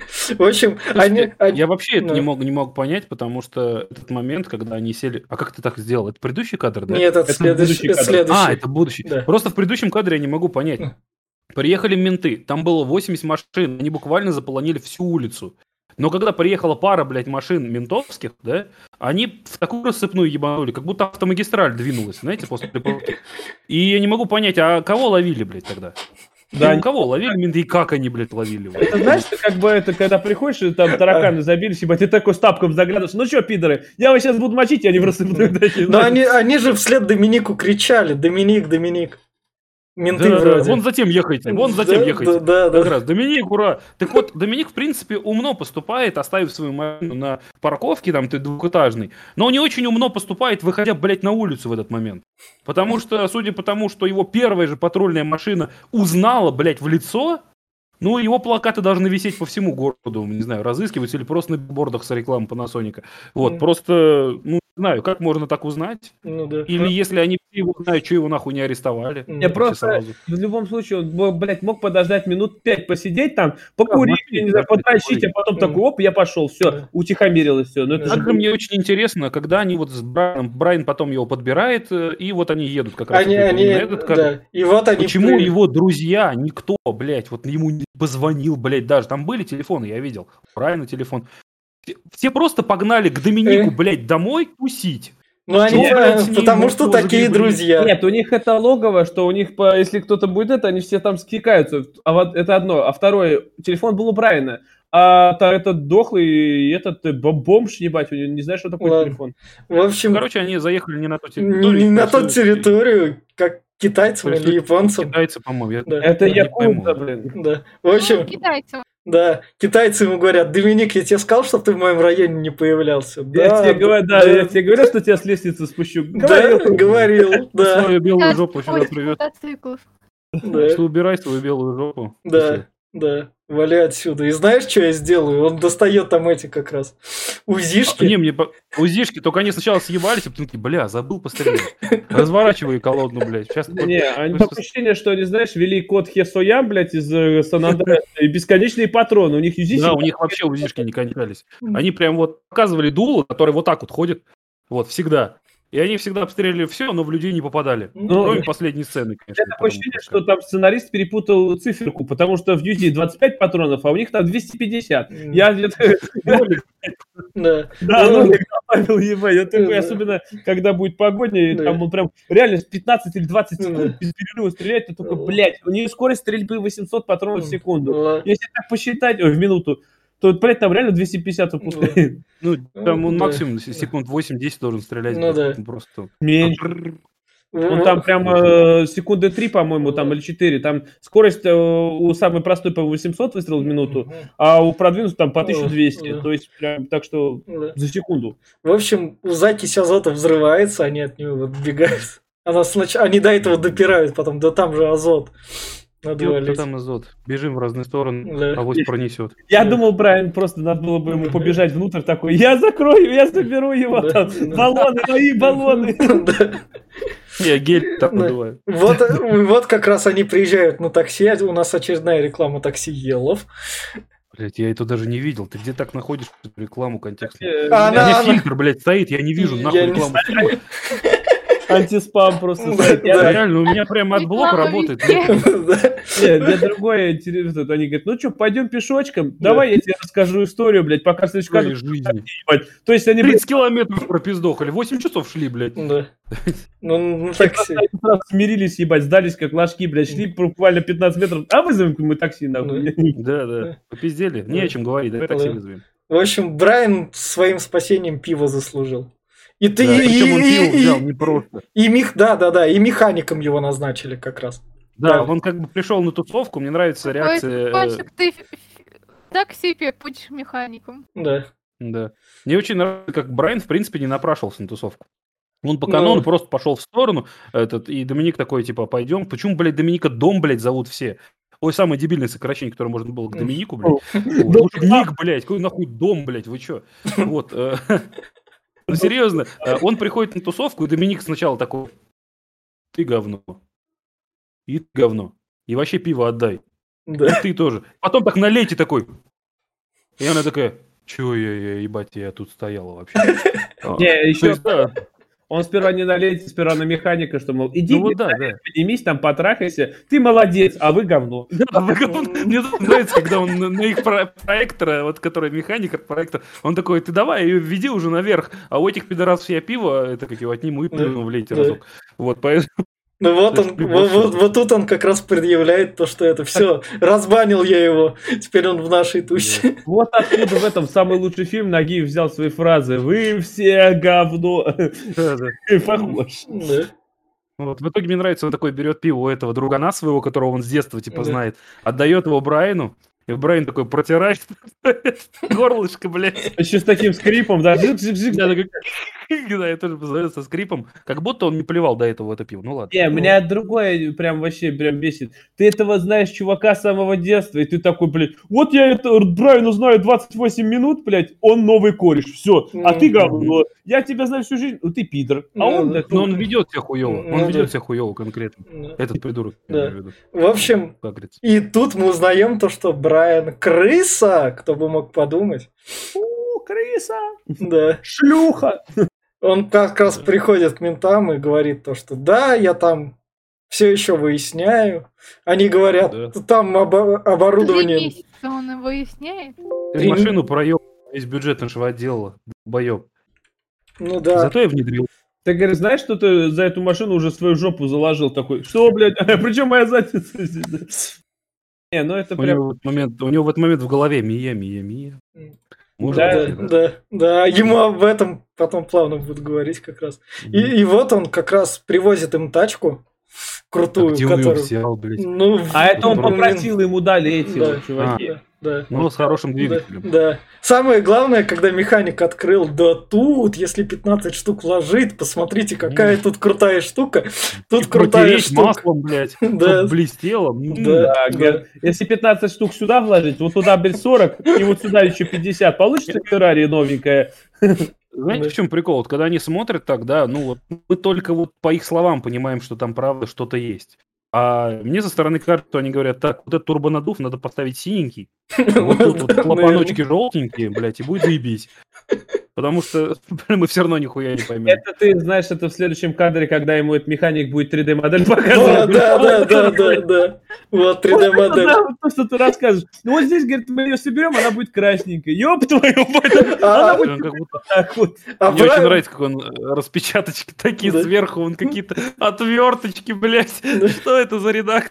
В общем, Слушайте, они... я вообще это да. не мог понять, потому что этот момент, когда они сели... А как ты так сделал? Это предыдущий кадр, да? Нет, это будущий кадр. следующий. Это будущий. Да. Просто в предыдущем кадре я не могу понять. Приехали менты, там было 80 машин, они буквально заполонили всю улицу. Но когда приехала пара, блядь, машин ментовских, да, они в такую рассыпную ебанули, как будто автомагистраль двинулась, знаете, после пробки. И я не могу понять, а кого ловили, блядь, тогда? Да, Ну, кого ловили менты и как они, блядь, ловили? его? Это знаешь, как бы это, когда приходишь, и там тараканы забились, ебать, ты такой с тапком заглядываешь, ну что, пидоры, я вас сейчас буду мочить, и они в рассыпную такие, Но знаешь. они же вслед Доминику кричали. Доминик. Менты Да, вроде. вон затем ехайте, вон Да, затем ехайте. да. Как раз, Доминик, ура! Так вот, Доминик, в принципе, умно поступает, оставив свою машину на парковке, там, ты двухэтажный, но он не очень умно поступает, выходя, блядь, на улицу в этот момент. Потому что, судя по тому, что его первая же патрульная машина узнала, блядь, в лицо, ну, его плакаты должны висеть по всему городу, не знаю, разыскивать или просто на билбордах с рекламой Panasonic. Вот, просто, ну, не знаю, как можно так узнать? Ну да. Или если они все его знают, что его нахуй не арестовали? Я Все просто, сразу. в любом случае, он, блядь, мог подождать минут 5 посидеть там, покурить, машине, я не знаю, да, потращить, а потом такой, оп, я пошел, все, Да. утихомирилось все. Ну, это же... Также мне очень интересно, когда они вот с Брайаном потом его подбирает, и вот они едут как раз. Они, вот на этот кадр. да. И вот они... Почему его друзья, никто, блядь, вот ему не позвонил, блядь, даже там были телефоны, я видел, у Брайана телефон. Все просто погнали к Доминику, блядь, домой тусить. Ну они, Чего, блядь, с ним потому что его такие загребли? друзья. Нет, у них это логово, что у них, если кто-то будет это, они все там стекаются. А вот это одно. А второе, телефон был у Брайана. А этот дохлый, этот бомж, ебать, у него не знаю, что такое Ладно. телефон. В общем, Короче, они заехали не на ту территорию. не на ту территорию, как китайцам или японцам. Китайцы, по-моему. Да. Это я не пойму. якудза, блин. Да. В общем, Китайцев. да, китайцы ему говорят: Доминик, я тебе сказал, чтобы ты в моем районе не появлялся. Я тебе говорю, я тебе говорю, что тебя с лестницы спущу. Да, говорил, да, Свою белую Сейчас жопу сюда ходит привет. мотоциклов. да, Что убирай свою белую жопу. да, да, вали отсюда. И знаешь, что я сделаю? Он достает там эти как раз УЗИшки. Не, мне УЗИшки, только они сначала съебались, а потом такие, бля, забыл пострелять. Разворачивай колодну, блядь. Сейчас Не, они такое ощущение, что они, знаешь, вели код Хесоям, блядь, из Сан-Андреаса, и бесконечные патроны. У них юзиси... Да, у них вообще УЗИшки не кончались. Они прям вот показывали дуло, который вот так вот ходит. Вот, всегда. И они всегда обстреливали все, но в людей не попадали. Ну, Кроме последней сцены, конечно. У меня такое ощущение, что там сценарист перепутал циферку, потому что в Юзи 25 патронов, а у них там 250. Я где-то... Да. Да, Ну, ну, добавил, ебать. Я такой, Да. особенно, когда будет погоня, и Да. там он прям реально 15 или 20 секунд Да. без перерыва стреляет, ты такой, блядь, у нее скорость стрельбы 800 патронов в секунду. ла- Если так посчитать, в минуту, то, блядь, там реально 250 выпускает. Ну, там он Да. максимум секунд 8-10 должен стрелять. Ну блядь. да. Просто... Меньше. Ну, Ну, там прям секунды 3, по-моему, там или 4. Там скорость у самой простой по 800 выстрелов в минуту, а у продвинутых там по 1200. Да. То есть прям так что да. за секунду. В общем, у Закись Азота взрывается, они от него отбегают. Они до этого допирают, потом, да там же азот. Надо Ёпта, валить. там азот. Бежим в разные стороны, Да. авось пронесет. Я Да. думал, Брайан, просто надо было бы ему побежать внутрь такой, я закрою, я заберу его, Да, там, да. баллоны, мои баллоны. Да. Я гель там Да. надуваю. Вот как раз они приезжают на такси, у нас очередная реклама такси Елов. Блять, я это даже не видел. Ты где так находишь эту рекламу контекстную? А У меня она- фильтр, блядь, стоит, я не вижу Я нахуй не рекламу. Антиспам просто. Да, стоит. да. Реально, у меня прям отблок Реклама работает. везде. Да. Нет, мне другое интересно. Они говорят, ну что, пойдем пешочком? Давай я тебе расскажу историю, блядь, пока следующий Своей кадр жизни. ебать. То есть они, блядь, 30 километров пропиздохали, 8 часов шли, блядь. Да. Ну, просто такси. они сразу смирились, ебать, сдались как ложки, блядь, шли буквально 15 метров. А вызовем мы такси, нахуй. Да, попиздели. Не о чем говорить, давай такси Да. вызовем. В общем, Брайан своим спасением пиво заслужил. И ты, Да, причем он пиво взял и не просто. и механиком его назначили как раз. Да, Да. он как бы пришел на тусовку, мне нравится реакция. Мальчик, ты так себе будешь механиком. Да. Да. Мне очень нравится, как Брайан, в принципе, не напрашивался на тусовку. Он по Ну. канону просто пошел в сторону, и Доминик такой, типа, пойдем. Почему, блядь, Доминика Дом, блядь, зовут все? Ой, самое дебильное сокращение, которое можно было к Доминику, блядь. Дом- Ник, блядь, какой нахуй дом, блядь, вы чё? Вот. Ну, серьезно, он приходит на тусовку, и Доминик сначала такой: ты говно. И ты говно. И вообще пиво отдай. И Да. ты тоже. Потом так на лете такой. И она такая: чё я, ебать, я тут стояла вообще. Не, То еще есть, да. он сперва не на лете, сперва на механика, что, мол, иди, Ну вот да, да. поднимись, там потрахайся, ты молодец, а вы говно. Да, мне тут нравится, когда он на их проектора, вот который механик проектор, он такой: ты давай ее введи уже наверх, а у этих пидорасов я пиво, это как его отниму и плюну в лейте Да. разок. Вот, поэтому... Ну вот То он, есть любовь вот тут он как раз предъявляет то, что это все, разбанил я его, теперь он в нашей тусе. Вот откуда в этом самый лучший фильм Нагиев взял свои фразы. Вы все говно. Да, да. Похож. Да. Вот, в итоге мне нравится, он такой берет пиво у этого другана своего, которого он с детства типа Да. знает, отдает его Брайану, и Брайан такой протирает горлышко, блядь. Еще с таким скрипом, да. Жик-жик-жик. Я такой, да, я тоже познаю со скрипом, как будто он не плевал до этого в это пиво. Ну ладно. Не, меня другое прям вообще прям бесит. Ты этого знаешь чувака с самого детства, и ты такой, блядь, вот я это Брайану знаю 28 минут, блядь, он новый кореш, все, а ты говно. Я тебя знаю всю жизнь, ну ты пидор. А Ну он, да. блядь, Но он ведет себя хуево. Ну Он да. ведет себя хуево конкретно. Да. Этот придурок, я Да. имею в виду. В общем, Как говорится. и тут мы узнаем то, что Брайан крыса, кто бы мог подумать. крыса, Да. шлюха. Он как раз приходит к ментам и говорит то, что да, я там все еще выясняю. Они говорят, Да. там 3 оборудование... месяца он и выясняет. Ты Три- машину проеб, весь бюджет нашего отдела, боеб. Ну да. Зато я внедрил. Ты говоришь, знаешь, что ты за эту машину уже свою жопу заложил такой? Что, блядь? Причем моя задница здесь, да? Не, ну это У прям... него в этот момент в голове Мия. Может Да, быть, да. Да, ему об этом потом плавно будут говорить как раз. И вот он как раз привозит им тачку крутую, Где он ее которую... взял, блядь? Ну, А это он блин, попросил ему дали эти Да. вот чуваки. Да. Ну, с хорошим Да, двигателем. да. Самое главное, когда механик открыл, да тут, если 15 штук вложить, посмотрите, какая тут крутая штука. Тут И крутая протереть штука. маслом, блядь, Да. чтоб блестело. Да. Да, говорят, если 15 штук сюда вложить, вот туда, блядь, 40, и вот сюда еще 50, получится Феррари новенькая. Знаете, Да. в чем прикол? Вот когда они смотрят так, да, ну вот мы только вот по их словам понимаем, что там правда что-то есть. А мне со стороны кажется, что они говорят: так, вот этот турбонаддув надо поставить синенький, вот тут вот Да, клапаночки желтенькие, блядь, и будет заебись. Потому что мы все равно нихуя не поймем. Это ты знаешь, это в следующем кадре, когда ему этот механик будет 3D-модель наверное. показывать. Да. Вот 3D-модель. Да, вот то, что ты рассказываешь. Ну вот здесь, говорит, мы ее соберем, она будет красненькая. Ёб твою мать, А, она будет Он как будто... так вот. а Мне очень Брайан- нравится, как он распечаточки такие Да. сверху, он какие-то отверточки, блядь. Да. Что это за редактор?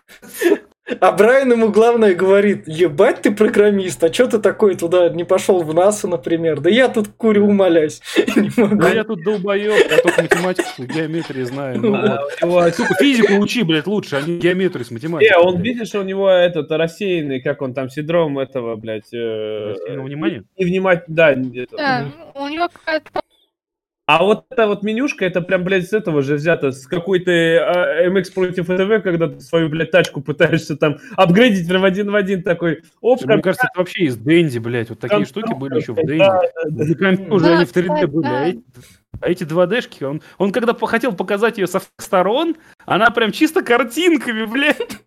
А Брайан ему главное говорит: ебать ты программист, а чё ты такой туда не пошел в НАСА, например? Да я тут курю, умоляюсь. Не могу. Да я тут долбоёб, я только математику с геометрией знаю. Ну А, вот. у него- Сука, физику учи, блядь, лучше, а не геометрию с математикой. Не, он, блядь. видишь, у него этот рассеянный, как он там, синдром этого, блядь. Рассеянного внимания? И внимательно, да. это. Да, у него какая-то... А вот эта вот менюшка, это прям, блядь, с этого же взято, с какой-то MX против ЭТВ, когда ты свою, блядь, тачку пытаешься там апгрейдить прям один в один такой. Оп, Мне кажется, это вообще из Дэнди, блядь. Вот такие штуки были еще в Дэнди. На компе уже Да, они в 3D были, да. а эти 2D-шки, он когда хотел показать ее со всех сторон, она прям чисто картинками, блядь.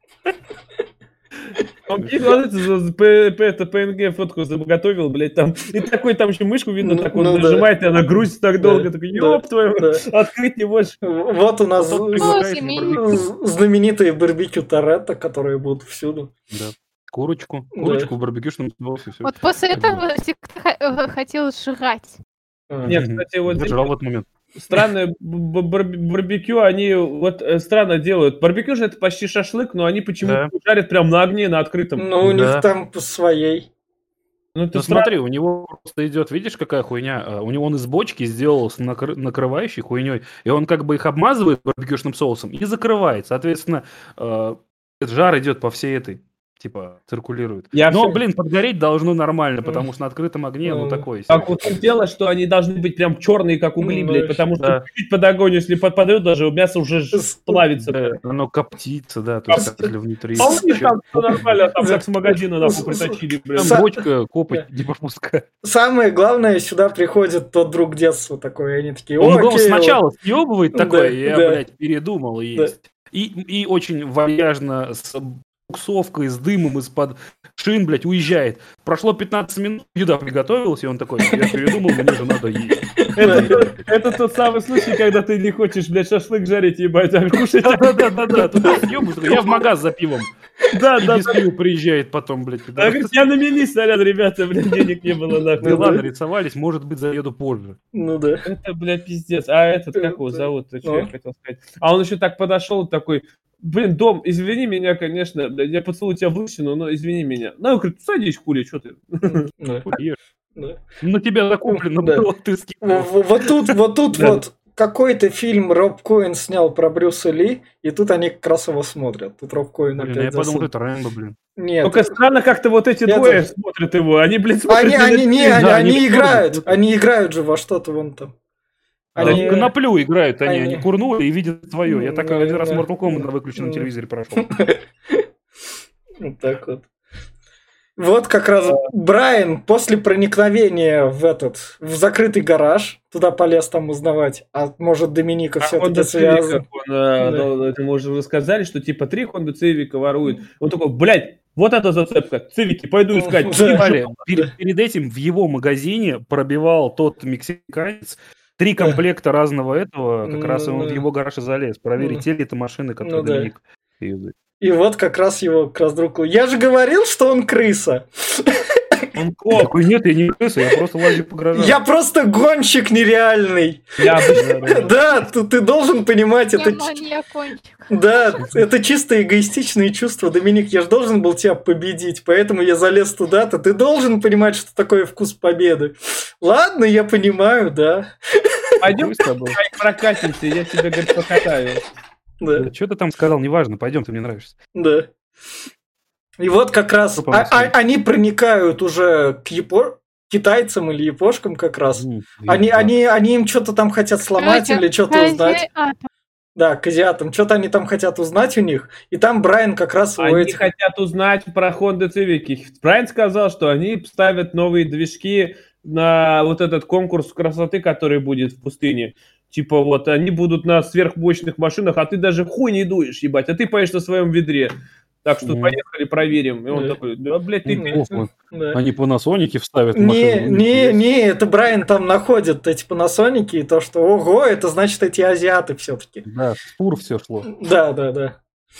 Он это PNG фотку заготовил, блядь, там. И такой там еще мышку видно, Ну, так он ну да. нажимает, и она грузится так Да, долго. Такой, ёб твою, да. открыть не можешь. Вот у нас Потом Ой, приглашаешь на семейный. барбекю. знаменитые барбекю Торетто, которые будут всюду. Да. Курочку Да. в барбекюшном соусе, всё. Вот после Так этого всегда хотелось жрать. Нет, кстати, вот Я здесь жрал в этот момент. странное барбекю, они вот странно делают. Барбекю же это почти шашлык, но они почему-то жарят прям на огне, на открытом. Ну, у них Да. там по своей. Ну, это Ну странно. смотри, у него просто идет, видишь, какая хуйня? У него он из бочки сделал с накрывающей хуйней, и он как бы их обмазывает барбекюшным соусом и закрывает. Соответственно, жар идет по всей этой. типа, циркулирует. Я Но, всё- блин, подгореть должно нормально, потому что на открытом огне, ну, такое себе. Так вот в том дело, что они должны быть прям черные, как угли, блядь, потому что Да. чуть под огонь, если подпадет, даже мясо уже плавится. Да, блядь. оно коптится, да, то есть если внутри. А у них там все нормально, там как с магазина нахуй притащили, блин. Там бочка копоть не пропускает. Самое главное, сюда приходит тот друг детства такой, и они такие, Он окей. сначала съебывает Да, такой, я, да. блядь, передумал есть. И очень вальяжно с буксовкой, с дымом из-под шин, блядь, уезжает. Прошло 15 минут, еда приготовилась, и он такой, я передумал, мне же надо есть. Это тот самый случай, когда ты не хочешь, блядь, шашлык жарить, ебать, а кушать. Да-да-да, туда съебывается, я в магаз за пивом. Да, И да, без пива приезжает потом, блядь. да. Говорит, я на мели, сорян, ребята, блядь, денег не было, нахуй. Дела нарисовались, может быть, заеду позже. Ну да. Это, блядь, пиздец. А этот, как его зовут? Что я хотел сказать? А он еще так подошел, такой, блин, Дом, извини меня, конечно, блядь, я поцелую тебя в лысину, но извини меня. Ну, я говорю, садись, хули, что ты? Да. Ешь. Да. На тебя закуплено Да. было, ты скинул. Вот тут Да. вот какой-то фильм Роб Коэн снял про Брюса Ли, и тут они как раз его смотрят. Тут Роб Коэн Блин, опять я подумал, засунул. что это Рэмбо, блин. Нет. Только странно, как-то вот эти Я двое тоже. смотрят его. Они, блядь, смотрят. Они они играют. смотрят. Они играют же во что-то вон там. Они Они- коноплю играют, они они- курнули и видят твое. Я так Да, один раз да. Mortal Kombat на выключенном Да. телевизоре прошел. Вот так вот. Вот как раз Брайан после проникновения в закрытый гараж, туда полез там узнавать, а может Доминика все-таки связан. Это мы уже рассказали, что типа 3 Honda Civic воруют. Он такой, блядь, вот эта зацепка, Цивики, пойду искать. Да. Ебали, перед этим в его магазине пробивал тот мексиканец 3 комплекта разного этого, как раз он в его гараж и залез, проверить, те ли это машины, которые Ну да. Доминик юзает. И вот как раз его как раз друг... Я же говорил, что он крыса. Он коп. Такой, нет, я не крыса, я просто лазю по гаражам. Я просто гонщик нереальный. Я обычно... Да, ты должен понимать, Я это... маньяк кончик. Да, это чисто эгоистичные чувства. Доминик, я же должен был тебя победить, поэтому я залез туда-то. Ты должен понимать, что такое вкус победы. Ладно, я понимаю, да. Пойдем с тобой прокатимся, я тебя, говорит, покатаю. Да, Что ты там сказал, неважно, пойдем, ты мне нравишься. да. И вот как раз Что по-моему? они проникают уже к китайцам или япошкам как раз. Они им что-то там хотят сломать или что-то узнать. Да, к азиатам. Что-то они там хотят узнать у них. И там Брайан как раз у Они этих... хотят узнать про Honda Civic. Брайан сказал, что они ставят новые движки на вот этот конкурс красоты, который будет в пустыне. Типа вот они будут на сверхмощных машинах, а ты даже хуй не дуешь, ебать, а ты поешь на своем ведре. Так что поехали, проверим. И он Да. такой, да, блядь, ты... Да. Они Panasonic вставят в Не, машину. не, это Брайан там находит эти Panasonic, и то, что ого, это значит эти азиаты все-таки. Да, спур все шло. Да.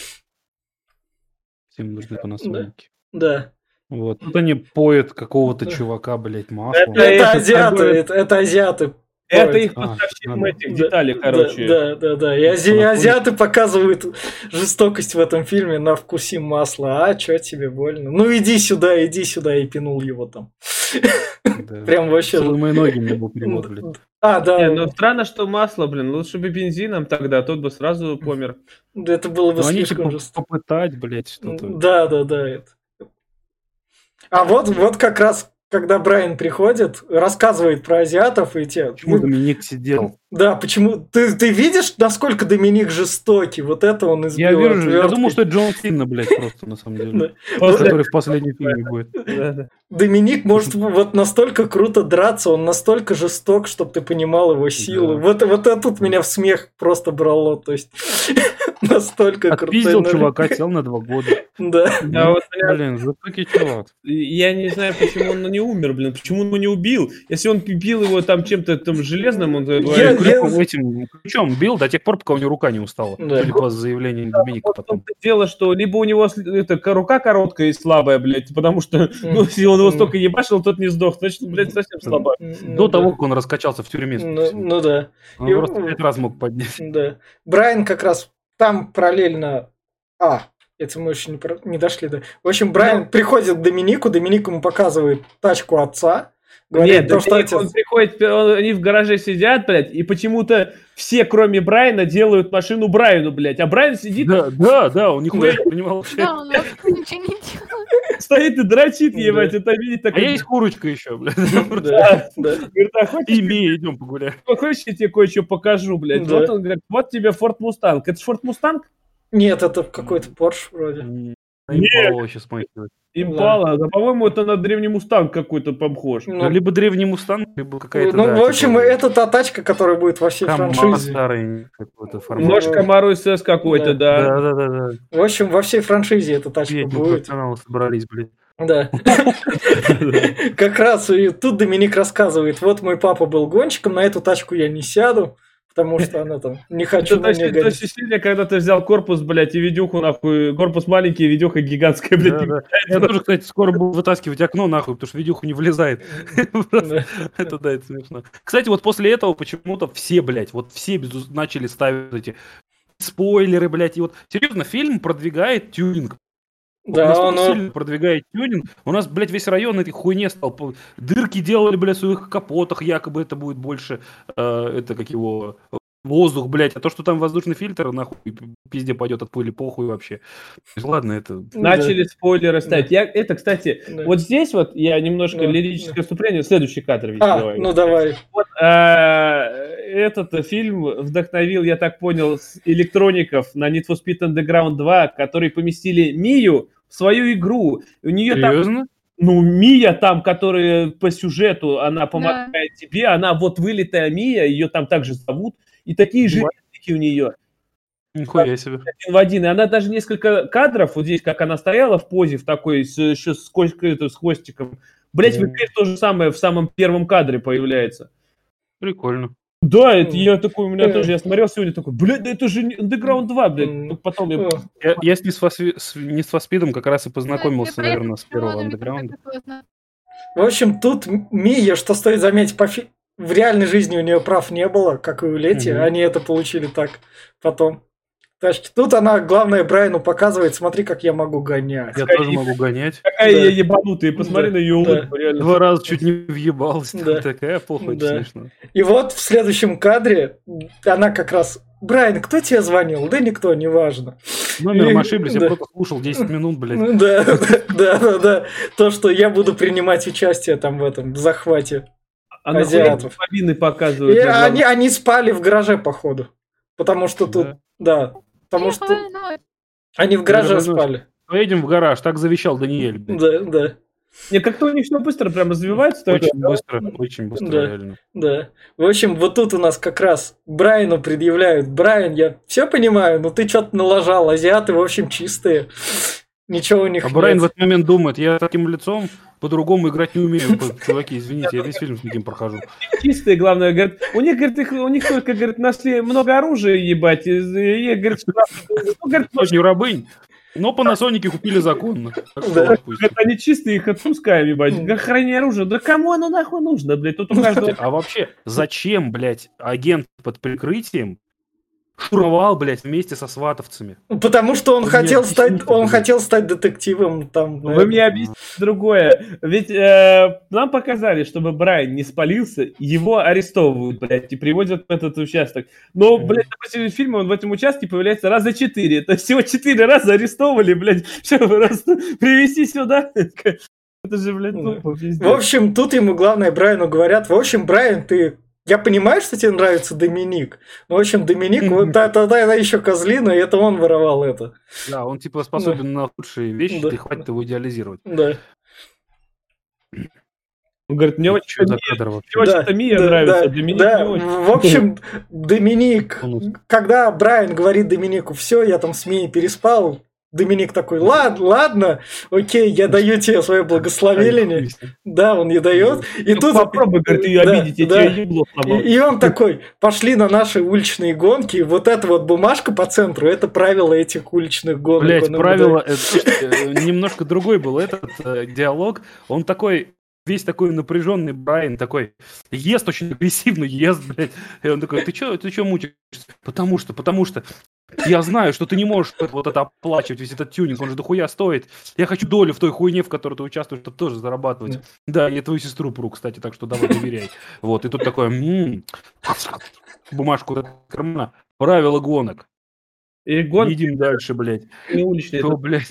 Всем нужны Panasonic. Да. Вот. Тут они поют какого-то чувака, блядь, маслом. Это Это как азиаты, бы- это азиаты. Это Ой, их поставщик ладно. этих деталей, короче. Да. И азиаты показывают жестокость в этом фильме на вкусе масла. А, чё тебе больно? Ну иди сюда, и пинул его там. Да. Прям вообще... Целые мои ноги мне был перевод, блядь. А, да. Не, ну странно, что масло, блин, лучше бы бензином тогда, тот бы сразу помер. Это было бы Ну, они слишком типа жестоко. попытать, блядь, что-то. Да. Это. А вот как раз, когда Брайан приходит, рассказывает про азиатов и те... Почему Доминик сидел? Да, почему? Ты видишь, насколько Доминик жестокий? Вот это он избил. Я вижу, я отверткой. думал, что это Джон Синна, блядь, просто на самом деле. Да. Который в последнем фильме будет. Да. Доминик может вот настолько круто драться, он настолько жесток, чтобы ты понимал его силу. Да. Вот это тут меня в смех просто брало. То есть настолько круто. Отпиздил чувака, сел на 2 года. Да. Да, вот, Блин, жестокий чувак. я не знаю, почему он не умер, блин, почему он его не убил? Если он бил его там чем-то там железным, он говорит, Этим ключом бил до тех пор, пока у него рука не устала. Да. Судя по заявлению Доминика вот в потом. том-то дело, что либо у него рука короткая и слабая, блядь, потому что ну, если он его столько ебашил, тот не сдох, значит, блядь, совсем слабая. До того, как он раскачался в тюрьме. Ну да. Он И- просто 5 раз мог поднять. Да. Брайан как раз там параллельно... это мы еще не дошли, да. В общем, Брайан приходит к Доминику, Доминик ему показывает тачку отца. Говорит, Нет, то, что Доминик, отец... он приходит, они в гараже сидят, блядь, и почему-то все, кроме Брайана, делают машину Брайану, блядь, а Брайан сидит... Да, он нихуя не принимал Да, участие. он вообще ничего не делал. стоит и дрочит, Да. ебать, это видит А такой... есть курочка еще, блядь. Да, да. Говорит, а хочешь, И Мия, идем погуляем. хочешь, я тебе кое-что покажу, блядь? Да. Вот он говорит, вот тебе Форд Мустанг. Это ж Форд Мустанг? Нет, это какой-то Порш вроде. Импала сейчас смахивает. Импала. Да, по-моему, это на древний Мустанг какой-то похож. Ну, Ну, либо древний Мустанг, либо какая-то, ну, да, в общем, типа, это та тачка, которая будет во всей КамАЗ франшизе. старый какой-то формат. Может, Камару СС какой-то, да. Да. В общем, во всей франшизе эта тачка Эти будет. профессионалы собрались, блядь. Да. Как раз и тут Доминик рассказывает, вот мой папа был гонщиком, на эту тачку я не сяду, потому что она там не хочу Это на ней то гореть. ощущение, когда ты взял корпус, блядь, и видюху, нахуй, корпус маленький, видюха гигантская, блядь. Да. Я тоже, кстати, скоро буду вытаскивать окно нахуй, потому что видюха не влезает. Просто это, да, это смешно. Кстати, вот после этого почему-то все, блядь, вот все начали ставить эти спойлеры, блядь. И вот, серьезно, фильм продвигает тюнинг. Да, Настолько оно... сильно продвигает тюнинг. У нас, блядь, весь район этой хуйне стал. Дырки делали, блядь, в своих капотах. Якобы это будет больше, это как его, воздух, блядь. А то, что там воздушный фильтр, нахуй, пизде пойдет от пыли, похуй вообще. То есть, ладно, это... Начали спойлеры ставить. Я, это, кстати, Да. вот здесь вот я немножко Да. лирическое вступление. Следующий кадр, Витя, А, давай. ну давай. Вот, этот фильм вдохновил, я так понял, электроников на Need for Speed Underground 2, которые поместили Мию в свою игру. У нее там, Серьезно? ну, Мия там, которая по сюжету, она помогает тебе, она вот вылитая Мия, ее там также зовут, и такие же реплики у нее. Нихуя себе. Один в один. И она даже несколько кадров, вот здесь, как она стояла в позе, в такой, еще с хвостиком. Блять, в игре то же самое в самом первом кадре появляется. Прикольно. Да, это я такой, у меня тоже, я смотрел сегодня такой, блядь, да это же Underground 2, блядь. Потом я... Я с Need for Speed как раз и познакомился, наверное, с первого андеграунда. В общем, тут Мия, что стоит заметить, в реальной жизни у нее прав не было, как и у Лети, они это получили так потом. То есть тут она, главное, Брайану показывает, смотри, как я могу гонять. Я тоже могу гонять. Какая я ебанутая, посмотри на ее улыбку, реально. 2 раза чуть не въебалась. Да. Такая похуй, Да. смешно. И вот в следующем кадре она как раз... Брайан, кто тебе звонил? Да никто, неважно. Номером ошиблись, я Да. просто слушал 10 минут, блядь. Ну да. То, что я буду принимать участие там в этом захвате. Она азиатов. кабины показывает. И они спали в гараже, походу. Потому что тут... Да. Потому что они в гараже Наверное, спали. Поедем в гараж, так завещал Даниэль, блядь. Да. Не, как-то у них все быстро прям развивается. Очень быстро, Да. реально. Да. В общем, вот тут у нас как раз Брайану предъявляют. Брайан, я все понимаю, но ты что-то налажал. Азиаты, в общем, чистые. Ничего у них А Брайан в нет. этот момент думает, я таким лицом по-другому играть не умею. Чуваки, извините, я весь фильм с таким прохожу. Чистые, главное, говорит, у них только, говорит, нашли много оружия, ебать, и говорит, что... Ну, говорит, Сотню рабынь, но по Насонике купили законно. Так что Да. пусть. говорит, они чистые, их отпускаем, ебать. Храни оружие. Да кому оно нахуй нужно, блядь? Тут у каждого... А вообще, зачем, блядь, агент под прикрытием штурмовал, блядь, вместе со сватовцами? Потому что он Вы хотел мне стать, объясните, он блин. хотел стать детективом там. Вы мне объясните другое. Ведь нам показали, чтобы Брайан не спалился, его арестовывают, блядь, и приводят в этот участок. Но, блядь, на протяжении фильма он в этом участке появляется раза 4. Это всего 4 раза арестовали, блядь. Все, просто привезти сюда. Это же, блядь, тупо, пиздец. В общем, тут ему главное Брайану говорят, в общем, Брайан, я понимаю, что тебе нравится Доминик. Но, в общем, Доминик, вот тогда это еще козлина, и это он воровал это. Да, он типа способен на лучшие вещи, Да. и хватит его идеализировать. Да. Он говорит, мне Что за очень кадр вообще? очень-то Мия нравится, а Доминик да. не очень. В общем, Доминик, когда Брайан говорит Доминику, все, я там с Мией переспал, Доминик такой, ладно, окей, я даю тебе свое благословение. Да, он ей дает. И Ну, тут попробуй, говорит, ее да, обидеть, я да. тебе ебло сломал. И он такой, пошли на наши уличные гонки, вот эта вот бумажка по центру, это правило этих уличных гонок. Блять, Он им правило дает. немножко другой был этот диалог. Он такой, весь такой напряженный Брайан, такой, ест очень агрессивно, ест, блядь. И он такой, ты чё мучаешься? Потому что я знаю, что ты не можешь вот это оплачивать, весь этот тюнинг, он же дохуя стоит. Я хочу долю в той хуйне, в которой ты участвуешь, чтобы тоже зарабатывать. Да, я твою сестру пру, кстати, так что давай доверяй. Вот, и тут такое, бумажку из кармана, правила гонок. И гонки Едем дальше, блядь. не уличные. Что, блядь?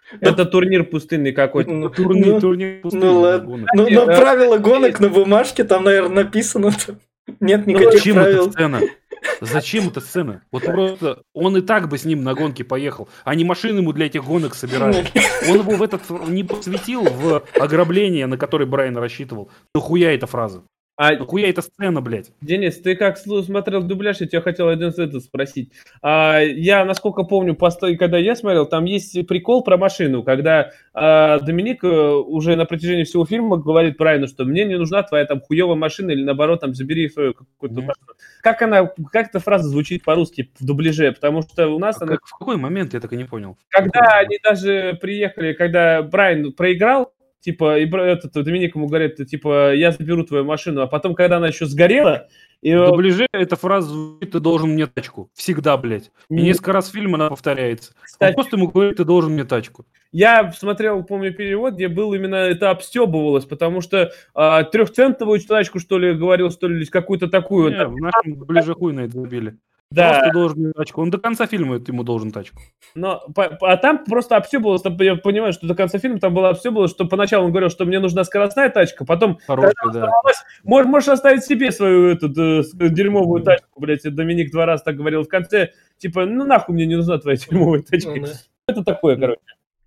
Это турнир пустынный какой-то. Ну, Турнир пустынный, ну ладно. гонок. Но правила гонок на бумажке там, наверное, написано. Нет Ну никаких зачем правил. эта сцена? Зачем эта сцена? Вот просто он и так бы с ним на гонки поехал. Они машины ему для этих гонок собирали. Он его в этот не посвятил в ограбление, на которое Брайан рассчитывал. Нахуя эта фраза? Нахуя эта сцена, блядь? Денис, ты как смотрел дубляж, я тебя хотел один это спросить. Я, насколько помню, когда я смотрел, там есть прикол про машину, когда Доминик уже на протяжении всего фильма говорит Брайану, что мне не нужна твоя там хуевая машина, или наоборот, там, забери свою какую-то машину. Как эта фраза звучит по-русски в дубляже? Потому что у нас она... В какой момент, я так и не понял. Когда они даже приехали, когда Брайан проиграл, типа, и Доминик ему говорит, типа, я заберу твою машину, а потом, когда она еще сгорела... И... В дубляже эта фраза звучит, ты должен мне тачку. Всегда, блядь. И несколько раз в фильме она повторяется. Кстати, он просто ему говорит, ты должен мне тачку. Я смотрел, помню, перевод, где был именно это обстебывалось, потому что 3-центовую тачку, что ли, говорил, что ли, какую-то такую. Не, в нашем дубляже хуй на это забили. Да. Просто должен мне тачку. Он до конца фильма ему должен тачку. Но, а там просто обстебывалось, я понимаю, что до конца фильма там было обстебывалось, что поначалу он говорил, что мне нужна скоростная тачка, потом Хорошая, да. Можешь оставить себе свою дерьмовую тачку, блядь, Доминик 2 раза так говорил в конце, типа, ну нахуй мне не нужна твоя дерьмовая тачка. Это такое, короче.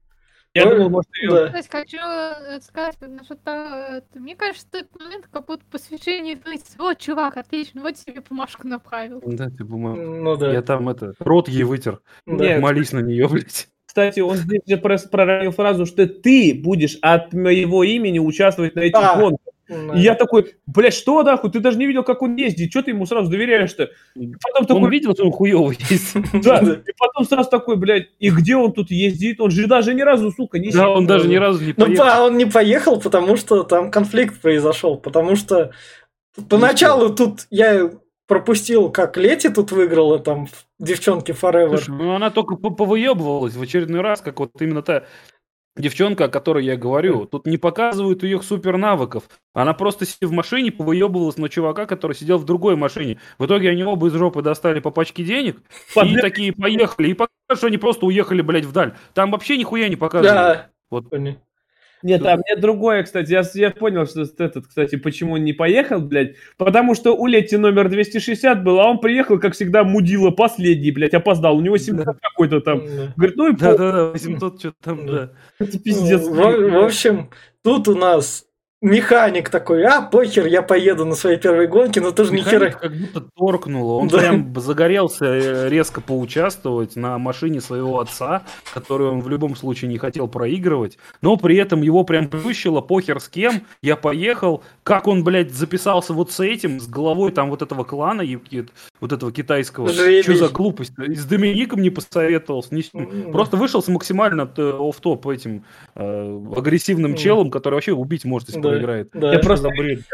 Я думал, может, ее... То есть хочу сказать, что мне кажется, что этот момент как будто посвящение, то есть, вот, чувак, отлично, вот тебе бумажку направил. Да, ты бумагу. Ну да. Я там рот ей вытер. Нет. Молись на нее, блядь. Кстати, он здесь же проронил фразу, что ты будешь от моего имени участвовать на этих гонках. И я такой, блядь, что нахуй? Ты даже не видел, как он ездит. Что ты ему сразу доверяешь-то? Он такой... видел, что он хуёвый ездит. Да, и потом сразу такой, блядь, и где он тут ездит? Он же даже ни разу, сука, не Да, он даже ни разу не поехал. Ну, он не поехал, потому что там конфликт произошел. Потому что поначалу тут я пропустил, как Лети тут выиграла, там, девчонки Forever. Слушай, ну она только повыебывалась в очередной раз, как вот именно та девчонка, о которой я говорю. Тут не показывают ее супер навыков. Она просто сидела в машине, повыебывалась на чувака, который сидел в другой машине. В итоге они оба из жопы достали по пачке денег и такие поехали. И показывают, что они просто уехали, блядь, вдаль. Там вообще нихуя не показывают. Да. Вот. Нет, а мне другое, кстати, я понял, что этот, кстати, почему он не поехал, блядь, потому что у Лети номер 260 был, а он приехал, как всегда, мудила последний, блядь, опоздал, у него 700 какой-то там, говорит, ну и Да, 800 что-то там, да. Это пиздец. В общем, тут у нас механик такой, похер, я поеду на своей первой гонке, но тоже ни хера. Как будто торкнуло. Он прям загорелся резко поучаствовать на машине своего отца, которую он в любом случае не хотел проигрывать, но при этом его прям плющило, похер с кем, я поехал. Как он, блядь, записался вот с этим, с головой там вот этого клана, вот этого китайского. Что за глупость? И с Домиником не посоветовался. Просто вышел с максимально офф-топ этим агрессивным челом, который вообще убить может, если проиграет. Я просто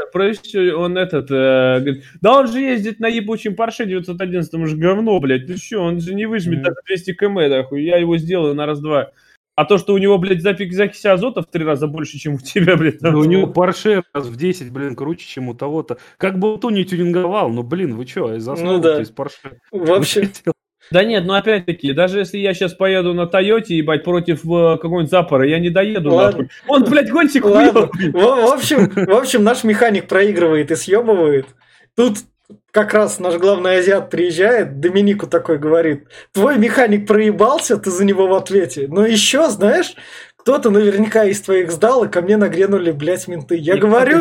он говорит, да он же ездит на ебучем Porsche 911, он же говно, блядь, ты что, он же не выжмет даже 200 км, нахуй, я его сделаю на раз-два. А то, что у него, блядь, закись азота в 3 раза больше, чем у тебя, блядь. Да у него Porsche раз в 10, блин, круче, чем у того-то. Как бы он не тюнинговал, но, блин, вы что, из основы из Porsche. Вообще. Да нет, ну опять-таки, даже если я сейчас поеду на Тойоте, ебать, против какого-нибудь Запора, я не доеду. Нахуй. Он, блядь, гонщик хуёвый. В общем, наш механик проигрывает и съебывает. Тут как раз наш главный азиат приезжает, Доминику такой говорит, твой механик проебался, ты за него в ответе. Но еще, знаешь, кто-то наверняка из твоих сдал, и ко мне нагренули, блядь, менты. Я говорю,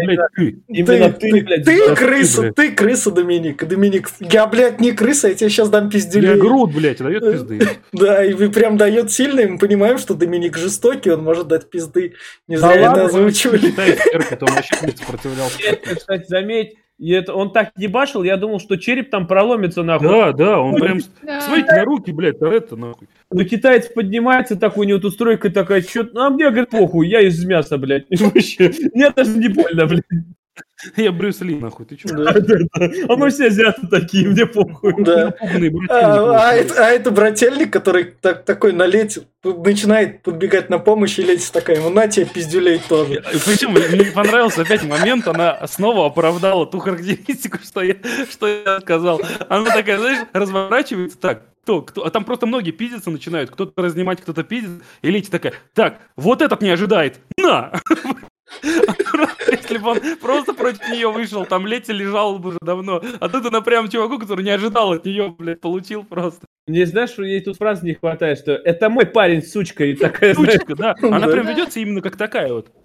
ты крыса, Доминик. Доминик, я, блядь, не крыса, я тебе сейчас дам пиздюлей. Я груд, блядь, дает пизды. Да, и прям дает сильно, и мы понимаем, что Доминик жестокий, он может дать пизды. Не зря это озвучивали. Он вообще не сопротивлялся. Кстати, заметь, он так ебашил, я думал, что череп там проломится, нахуй. Да, он прям... Смотрите на руки, блядь, это нахуй. Ну, китаец поднимается такой, у него тут стройка такая, что... А мне, говорит, похуй, я из мяса, блядь. Мне даже не больно, блядь. Я Брюс Ли, нахуй, ты чё? А мы все азиаты такие, мне похуй. Да. А это брательник, который такой на Лете начинает подбегать на помощь, и Летис такая, ему на тебе пиздюлей тоже. Причем мне понравился опять момент, она снова оправдала ту характеристику, что я сказал. Она такая, знаешь, разворачивается так. А там просто многие пиздиться начинают. Кто-то разнимать, кто-то пиздит. И Лети такая, так, вот этот не ожидает. На! Если бы он просто против нее вышел, там Лети лежал бы уже давно. А тут она прям чуваку, который не ожидал от нее, блядь, получил просто. Не знаешь, что ей тут фразы не хватает, что это мой парень, сучка, и такая, знаешь, Сучка, да. Она прям ведется именно как такая вот.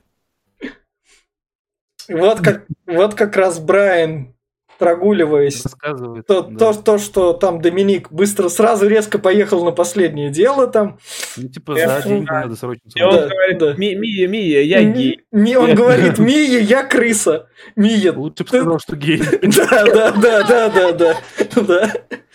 Вот как раз Брайан, прогуливаясь, Рассказывает. то, что там Доминик быстро, сразу резко поехал на последнее дело там. Ну, типа, за деньги надо срочно. и он Да, говорит, да. Мия, я гей. Он говорит, Мия, я крыса. Мия, Лучше бы сказал, что гей. да.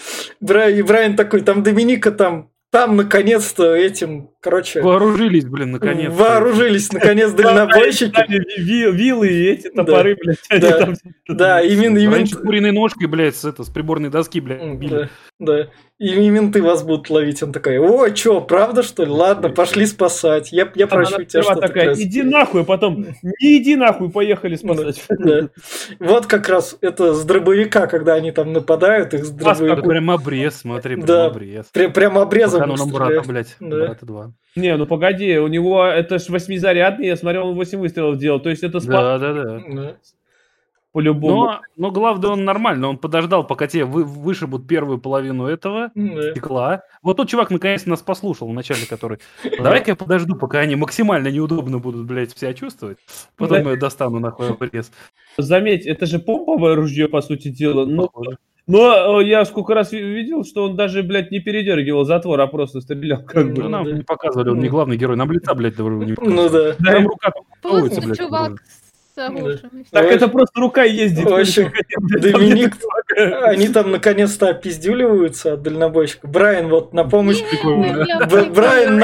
Брайан такой, там Доминика, там наконец-то этим, короче... Вооружились, блин, наконец. Вооружились, наконец, дальнобойщики. Вилы и эти топоры, блядь. Да, именно... Раньше куриной ножкой, блядь, с приборной доски, блядь, били. Да. И менты вас будут ловить. Он такой, о, чё, правда, что ли? Ладно, пошли спасать. Я прощу тебя, что такая, иди нахуй, а потом, не иди нахуй, поехали спасать. Да. Вот как раз это с дробовика, когда они там нападают, их с дробовика. Это прям обрез, смотри, Да, прям обрез. прям обрезом Пока он брата, стреляет. блядь, Да. брата 2. Не, ну погоди, у него это ж 8-зарядный, я смотрел, он 8 выстрелов делал, то есть это спас Да. Да. по-любому. Но главное, он нормально, он подождал, пока те вышибут первую половину этого Да. стекла. Вот тот чувак наконец нас послушал вначале, который, давай-ка я подожду, пока они максимально неудобно будут, блядь, себя чувствовать. Потом я достану нахуй обрез. Заметь, это же помповое ружье, по сути дела. Похоже. Но я сколько раз видел, что он даже, блядь, не передергивал затвор, а просто стрелял как бы. Ну, нам да. не показывали, он не главный герой, нам лица, блядь, не Ну показывали. да. Там рука высовывается, Просто блядь. чувак с оружием. Так Ой. это просто рука ездит. В общем, блядь, там Доминик, нет чувака. они там наконец-то опиздюливаются от дальнобойщика. Брайан вот на помощь... Не, Брайан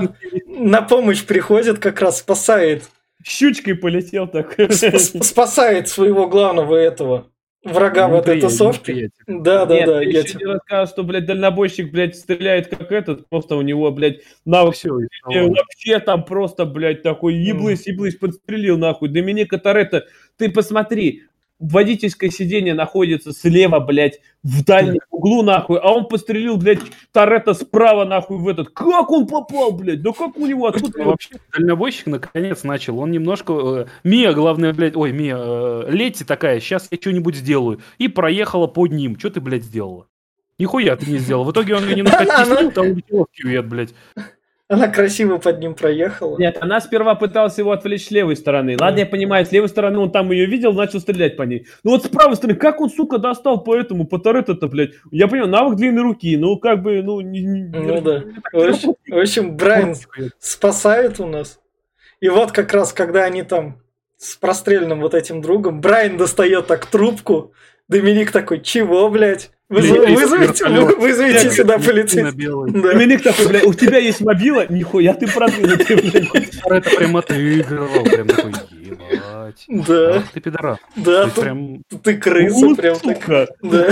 на помощь приходит, как раз спасает. Щучкой полетел так. Спасает своего главного этого врага в этой тусовке. Да, Нет, ты я еще не рассказал, что, блядь, дальнобойщик, блядь, стреляет как этот, просто у него, блядь, навык Все, вообще там просто, блядь, такой еблысь, подстрелил, нахуй. Доминика Торетто, ты посмотри, водительское сиденье находится слева, блядь, в дальнем углу, нахуй, а он пострелил, блядь, Торетто справа, нахуй, в этот. Как он попал, блядь? Да как у него откуда? вообще, дальнобойщик наконец начал. Он немножко... Мия, главное, блядь... Ой, Мия, Летти такая, сейчас я что-нибудь сделаю. И проехала под ним. Что ты, блядь, сделала? Нихуя ты не сделал. В итоге он ее немножко оттеснил, там ветровки уед, блядь. Она красиво под ним проехала. Нет, она сперва пыталась его отвлечь с левой стороны. Ладно, я понимаю, с левой стороны он там ее видел, начал стрелять по ней. Ну вот с правой стороны, как он, сука, достал по этому, по Торетто-то, блядь? Я понимаю, навык длинной руки, ну как бы, ну... Ну да. В общем, Брайан спасает у нас. И вот как раз, когда они там с простреленным вот этим другом, Брайан достает так трубку, Доминик такой, чего, блядь? Вызовите сюда полицейских. Да. Доминик такой, блядь, у тебя есть мобила? Нихуя ты продвинутый, блядь. Это прям отыгрывал, прям такой, ебать. Да. Ах ты пидорас. Да, Ты прям... ты крыса прям так. Сука.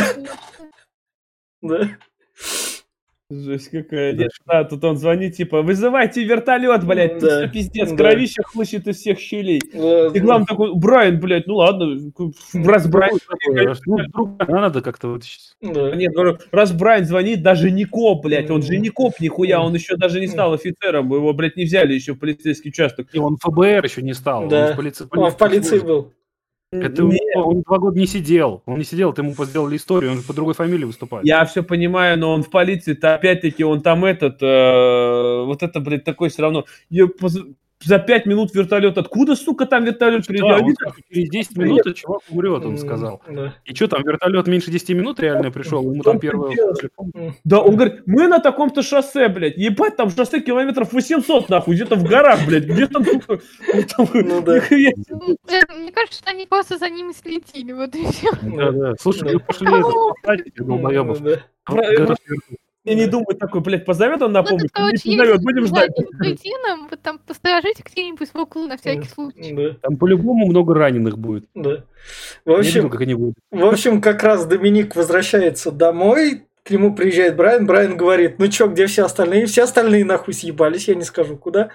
Да. Жесть какая. Нет, да, тут он звонит, типа, вызывайте вертолет, блядь, Да. всё пиздец, Да. кровища хлыщет из всех щелей. И Ладно. главное такой, Брайан, блядь, ну ладно, раз Брайан... Ну, вдруг надо как-то вытащить. Да. Нет, говорю, раз Брайан звонит, даже не коп, блядь, он же не коп нихуя, он еще даже не стал офицером, его, блядь, не взяли еще в полицейский участок. И он ФБР еще не стал. Да. Он в полиции Он в полиции был. Это Не, он 2 года не сидел. Он не сидел, это ему сделали историю, он же по другой фамилии выступает. я все понимаю, но он в полиции-то опять-таки, он там вот это, блядь, такой все равно. За 5 минут вертолет. Откуда, сука, там вертолет Да, прилетел? он сказал, через 10 минут этот чувак умрет, он сказал. Да. И что там, вертолет меньше 10 минут реально пришел? Ему там первое... Да, он говорит, мы на таком-то шоссе, блядь. Ебать, там шоссе километров 800, нахуй, где-то в горах, блядь. Где там, сука? Ну да. Нихуя. Мне кажется, что они просто за ним следили, вот и все. Да. Слушай, Да. вы пошли это спасать, этих долбоебов. Да. Я не думаю такой, блядь, позовет он на Ну, помощь, тут, короче, не позовет, есть будем ждать. прийти нам, вы там посторожите где-нибудь в углу на всякий случай. Да. Там по-любому много раненых будет. Да. В Я не вижу, общем, как они будут. как раз Доминик возвращается домой, к нему приезжает Брайан, Брайан говорит, ну чё, где все остальные? Все остальные нахуй съебались, я не скажу куда.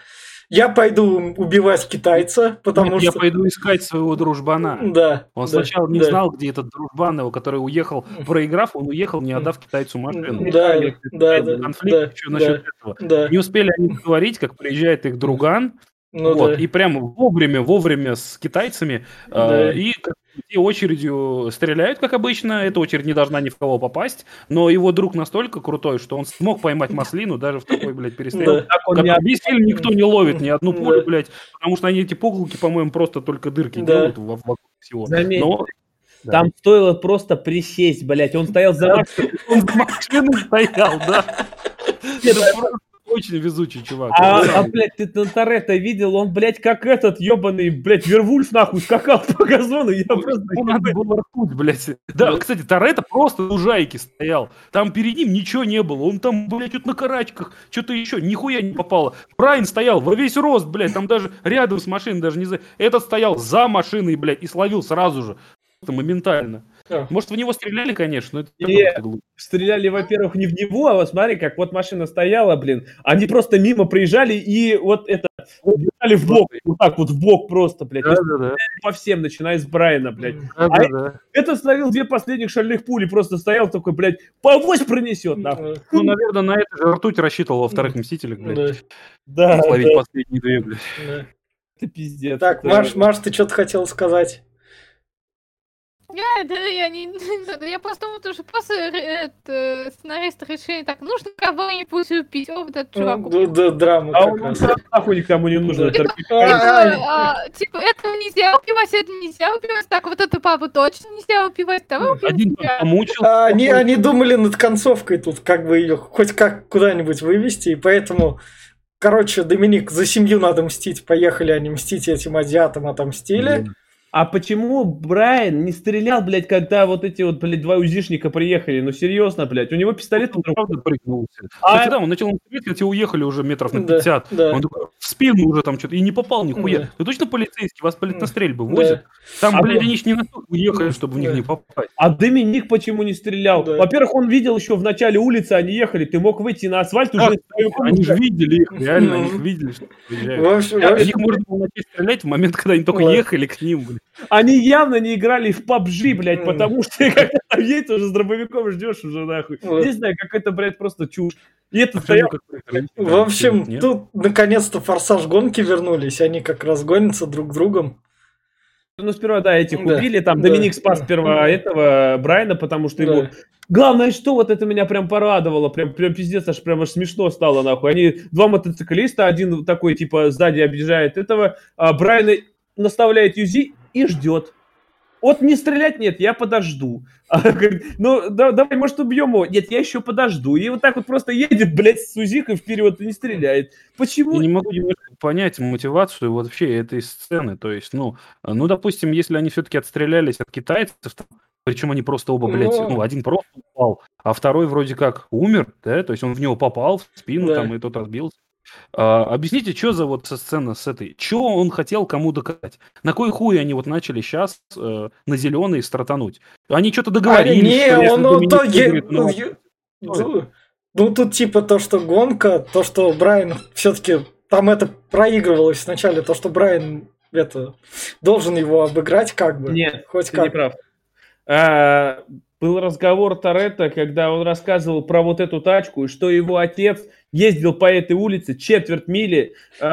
Я пойду убивать китайца, потому Я что... пойду искать своего дружбана. Да. Он да, сначала не да. знал, где этот дружбан его, который уехал, проиграв, он уехал, не отдав китайцу машину. Да, Механик, да, Был да, конфликт да, еще насчет этого. да. Не успели они договорить, как приезжает их друган, Ну вот, да. и прямо вовремя с китайцами, Да. и как те очередью стреляют, как обычно. Эта очередь не должна ни в кого попасть, но его друг настолько крутой, что он смог поймать маслину даже в такой, блядь, перестрелке. Да. Так он не Весь фильм никто не ловит ни одну пулю, Да. блядь, потому что они эти пуговки, по-моему, просто только дырки Да. делают вокруг всего. Заметь, Но да. там стоило просто присесть, блядь. Он стоял за машиной. Он за машиной стоял, да. Это просто очень везучий чувак. Блядь, ты Торетто видел? Он, блядь, как этот ебаный, блядь, Вервульф, нахуй, скакал по газону. Я просто... Ему надо было ртуть, блядь. Да, кстати, Торетто просто у лужайки стоял. Там перед ним ничего не было. Он там, блядь, что-то на карачках, что-то еще, нихуя не попало. Брайан стоял во весь рост, блядь, там даже рядом с машиной, даже не за... Этот стоял за машиной, блядь, и словил сразу же. Моментально. Может, в него стреляли, конечно, но это просто глупо. Стреляли, во-первых, не в него, а вот смотри, как вот машина стояла, блин. Они просто мимо проезжали и вот это, бежали в бок, вот так вот в бок просто, блядь. Да. По всем, начиная с Брайана, блядь. Да. Это словил две последних шальных пули, просто стоял такой, блядь, по авось пронесет, нахуй. Ну, наверное, на это же ртуть рассчитывал во вторых «Мстителях», блядь. Да, Словить последние две, блядь. Да. это пиздец. Так, Маш, ты что-то хотел сказать? Я просто думаю, что после сценариста решили, так, нужно кого-нибудь убить. О, вот этот чувак. Да, драма А как он раз. нахуй никому не нужен. Да. Типа, этого нельзя убивать, это нельзя убивать. Так, вот эту папу точно нельзя убивать. Давай убьем Один тебя. помучил. Они думали над концовкой тут, как бы ее хоть как куда-нибудь вывести, и поэтому, короче, Доминик, за семью надо мстить. Поехали они мстить этим азиатам, отомстили. А почему Брайан не стрелял, блядь, когда вот эти вот, блядь, два узишника приехали? Ну, серьезно, блядь, у него пистолет... Он правда прыгнулся. Кстати, да, он начал стрелять, хотя уехали уже метров на 50. Да. Он такой, в спину уже там что-то, и не попал нихуя. Да. Вы точно полицейский? Вас, блядь, на стрельбы возят? Там, блядь, они ж не настолько уехали, чтобы в них не попасть. А Доминик почему не стрелял? Да. Во-первых, он видел еще в начале улицы, они ехали, ты мог выйти на асфальт уже... Они же видели их, реально, они их видели, что приезжают. В общем, В них можно было начать стрелять в момент, когда они только ехали к ним, блядь. Они явно не играли в PUBG, блядь, потому что когда там едешь уже с дробовиком ждешь уже нахуй. Не знаю, как это, блядь, просто чушь. И это стоял... В общем, тут наконец-то форсаж гонки вернулись, они как раз гонятся друг с другом. Ну, сперва, да, этих Да. убили, там Да. Доминик спас сперва этого Брайана, потому что ему... Да. Главное, что вот это меня прям порадовало, прям пиздец, аж смешно стало, нахуй. Они, два мотоциклиста, один такой, типа, сзади объезжает этого, а Брайана наставляет ЮЗИ и ждет. Вот не стрелять, нет, я подожду. Ну, давай, может, убьем его? Нет, я еще подожду. И вот так вот просто едет, блядь, с УЗИкой вперед и не стреляет. Почему? Я не могу немножко понять мотивацию вообще этой сцены. То есть, ну, допустим, если они все-таки отстрелялись от китайцев, причем они просто оба, блядь, ну, один просто упал, а второй вроде как умер, да, то есть он в него попал, в спину Да. там, и тот разбился. Объясните, что за вот сцена с этой? Что он хотел кому доказать? На кой хуй они вот начали сейчас на зеленый стартануть? Они что-то договорились, что если Доминик выиграет, Ну, тут типа то, что гонка, то, что Брайан все-таки там это проигрывалось вначале, то, что Брайан это должен его обыграть, как бы. Нет, хоть ты не как. прав. Был разговор Торетто, когда он рассказывал про вот эту тачку, и что его отец ездил по этой улице четверть мили,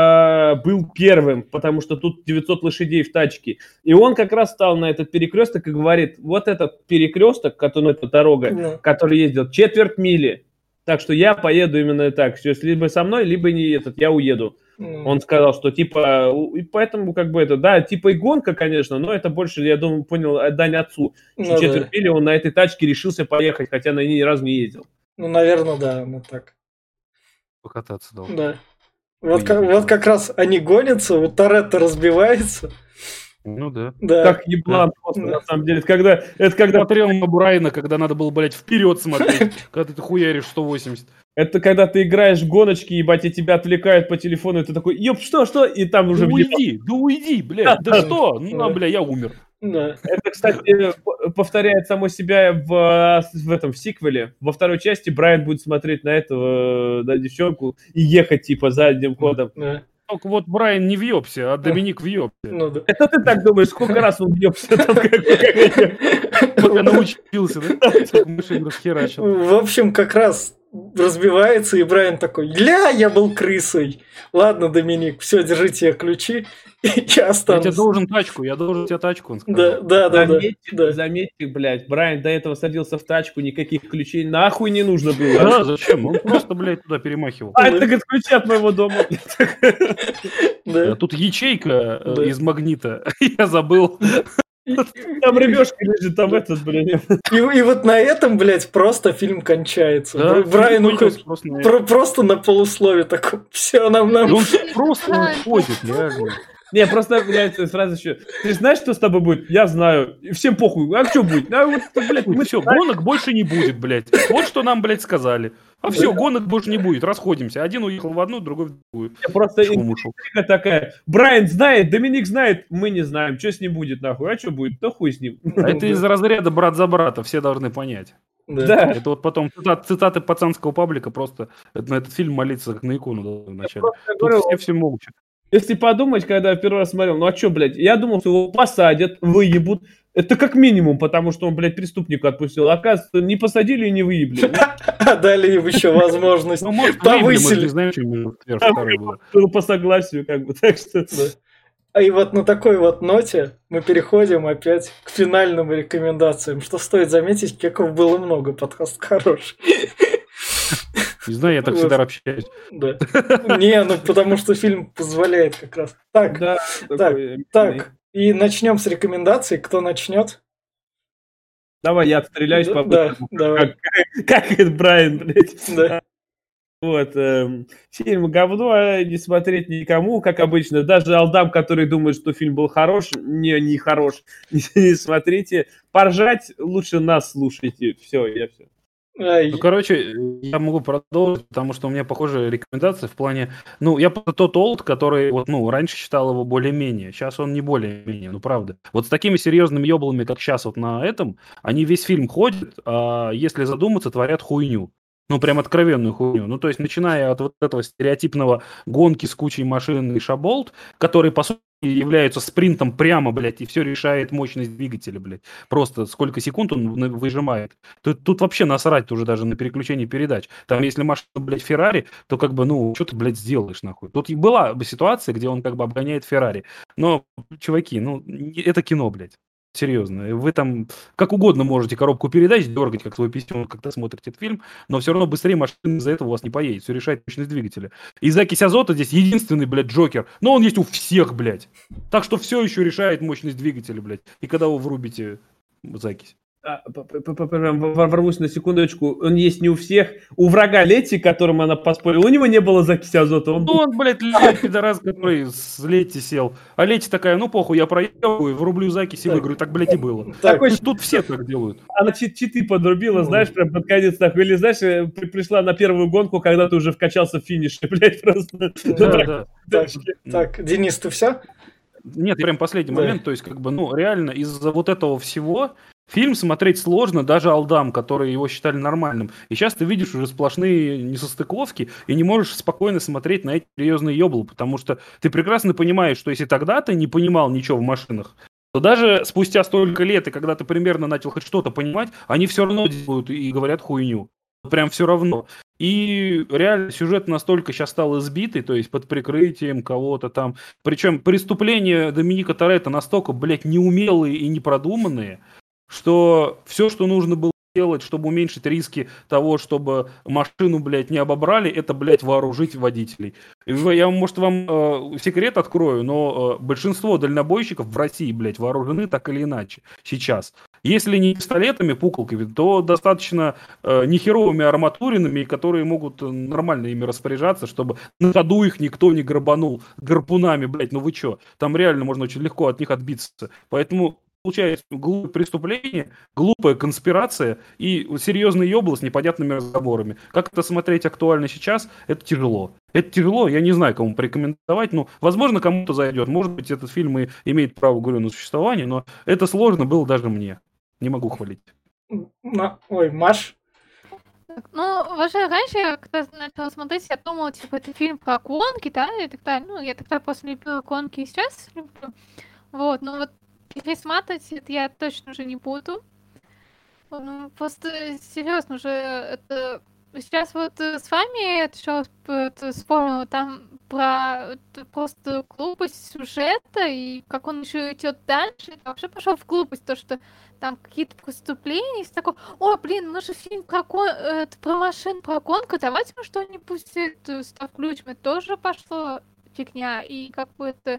был первым, потому что тут 900 лошадей в тачке. И он как раз стал на этот перекресток и говорит, вот этот перекресток, который, эта дорога, который ездил, четверть мили. Так что я поеду именно так. Все, либо со мной, либо не этот, я уеду. Он сказал, что типа, и поэтому как бы это, да, типа и гонка, конечно, но это больше, я думаю, понял, дань отцу. Что четверть мили он на этой тачке решился поехать, хотя на ней ни разу не ездил. Ну, наверное, да, ну так. покататься должен. Да. Вот как раз они гонятся, вот Торетто разбивается. Ну да. Как еблан просто, на самом деле. Это когда смотрел на Брайана, когда надо было, блядь, вперед смотреть, когда ты хуяришь 180. Это когда ты играешь в гоночки, ебать, и тебя отвлекают по телефону, и ты такой, ёп, что? И там уже... Да уйди, блядь, да что? Ну, бля, я умер. Да. Это, кстати, повторяет само себя в этом, в сиквеле. Во второй части Брайан будет смотреть на этого, на девчонку, и ехать, типа, задним ходом. Да. Только вот Брайан не въебся, а Доминик въебся. Ну да. Это ты так думаешь, сколько раз он бьется? Пока научился, да? Сколько мышей расхерачил. В общем, как раз разбивается, и Брайан такой: "Ля, я был крысой. Ладно, Доминик, все, держите я ключи, и я Я тебе останусь". должен тачку, он сказал. Да. Заметьте, блядь, Брайан до этого садился в тачку, никаких ключей нахуй не нужно было. Да, зачем? Он просто, блядь, туда перемахивал. А, это, говорит, ключи от моего дома. Да. Тут ячейка Да. из магнита. Я забыл. Там рыбешка лежит, там этот, блин. И вот на этом, блядь, просто фильм кончается. Да, Брайан фильм уходит просто на это. просто на полуслове такой: "Все, нам И он просто Да, уходит, реально. Не, просто, блядь, сразу еще. Ты знаешь, что с тобой будет? Я знаю. И всем похуй. А что будет? А вот, блядь, мы Все, гонок больше не будет, блядь. Вот что нам, блядь, сказали. А все, гонок больше не будет, расходимся. Один уехал в одну, другой в другую. просто Шум ушел. интрига такая. Брайан знает, Доминик знает, мы не знаем. Что с ним будет, нахуй? А что будет? Да хуй с ним. А это из разряда брат за брата, все должны понять. Да. Это вот потом цитаты пацанского паблика просто на этот фильм молиться как на икону вначале. Просто Тут говорю, все молча. если подумать, когда я первый раз смотрел, ну а что, блядь, я думал, что его посадят, выебут. Это как минимум, потому что он, блядь, преступника отпустил. Оказывается, не посадили и не выебли. А дали им еще возможность. Ну, может, выявили, мы же Повысили. не знаем, что между первой и второй было. Было по согласию, как бы, так что... А и вот на такой вот ноте мы переходим опять к финальным рекомендациям. Что стоит заметить, кеков было много, подкаст хороший. Не знаю, я так всегда общаюсь. Да. Не, ну потому что фильм позволяет как раз. Так, Да, такой, так. И начнем с рекомендаций. Кто начнет? Давай я отстреляюсь Да, по-быстрому. давай. Как это Брайан, блядь. Да. Вот, фильм говно, не смотреть никому, как обычно. Даже Алдам, который думает, что фильм был хорош, не хорош, не смотрите. Поржать лучше нас слушайте. Все, я все. Ай, Ну, короче, я могу продолжить, потому что у меня похожие рекомендации в плане... Ну, я просто тот олд, который, вот, ну, раньше считал его более-менее. Сейчас он не более-менее, ну, правда. Вот с такими серьезными ёблами, как сейчас вот на этом, они весь фильм ходят, а если задуматься, творят хуйню. Ну, прям откровенную хуйню. Ну, то есть, начиная от вот этого стереотипного гонки с кучей машин и шаболт, который, по сути, является спринтом прямо, блядь, и все решает мощность двигателя, блядь. Просто сколько секунд он выжимает. Тут вообще насрать уже даже на переключение передач. Там, если машина, блядь, Феррари, то как бы, ну, что ты, блядь, сделаешь, нахуй. Тут и была бы ситуация, где он как бы обгоняет Феррари. Но, чуваки, ну, это кино, блядь. Серьезно. Вы там как угодно можете коробку передач дергать, как свой письмо, когда смотрите этот фильм, но все равно быстрее машина из-за этого у вас не поедет. Все решает мощность двигателя. И закись азота здесь единственный, блядь, Джокер. Но он есть у всех, блядь. Так что все еще решает мощность двигателя, блядь. И когда вы врубите закись. Ворвусь на секундочку. Он есть не у всех. У врага Лети, которым она поспорила, у него не было закиси азота. Ну, он, блядь, пидорас, который с Лети сел. А Лети такая, ну похуй, я проебываю, врублю закись и выиграю. Так, блядь, и было. Так, Тут все так делают. Она читы подрубила, знаешь, прям под конец такой. Или, знаешь, пришла на первую гонку, когда ты уже вкачался в финише, блядь, просто. Да. так, Денис, ты все? Нет, прям последний Да. момент, то есть, как бы, ну, реально, из-за вот этого всего фильм смотреть сложно, даже Алдам, которые его считали нормальным. И сейчас ты видишь уже сплошные несостыковки, и не можешь спокойно смотреть на эти серьезные ёблы, потому что ты прекрасно понимаешь, что если тогда ты не понимал ничего в машинах, то даже спустя столько лет, и когда ты примерно начал хоть что-то понимать, они все равно делают и говорят хуйню. Прям все равно. И реально сюжет настолько сейчас стал избитый, то есть под прикрытием кого-то там. Причем преступления Доминика Торетто настолько, блядь, неумелые и непродуманные, что все, что нужно было делать, чтобы уменьшить риски того, чтобы машину, блядь, не обобрали, это, блядь, вооружить водителей. Я, может, вам секрет открою, но большинство дальнобойщиков в России, блядь, вооружены так или иначе сейчас. Если не пистолетами, пуколками, то достаточно нехеровыми арматуринами, которые могут нормально ими распоряжаться, чтобы на ходу их никто не грабанул гарпунами, блядь, ну вы чё? Там реально можно очень легко от них отбиться. Поэтому получается глупое преступление, глупая конспирация и серьезный ёбл с непонятными разговорами. Как это смотреть актуально сейчас, это тяжело. Это тяжело, я не знаю, кому порекомендовать, но, возможно, кому-то зайдет. Может быть, этот фильм и имеет право, говорю, на существование, но это сложно было даже мне. Не могу хвалить. Ой, Маш? Ну, вообще, раньше, я когда начала смотреть, я думала, типа, это фильм про гонки, да, и так далее. Ну, я тогда просто любила гонки и сейчас люблю. Вот, но вот пересматривать это я точно уже не буду. Ну, просто серьезно уже это... Сейчас вот с вами я еще вспомнила там про просто глупость сюжета и как он еще идет дальше. Я вообще пошел в глупость, то что там какие-то преступления, и все такое, о, блин, у нас же фильм про, про машин, про гонку, давайте мы что-нибудь включим. Это тоже пошло фигня, и как бы это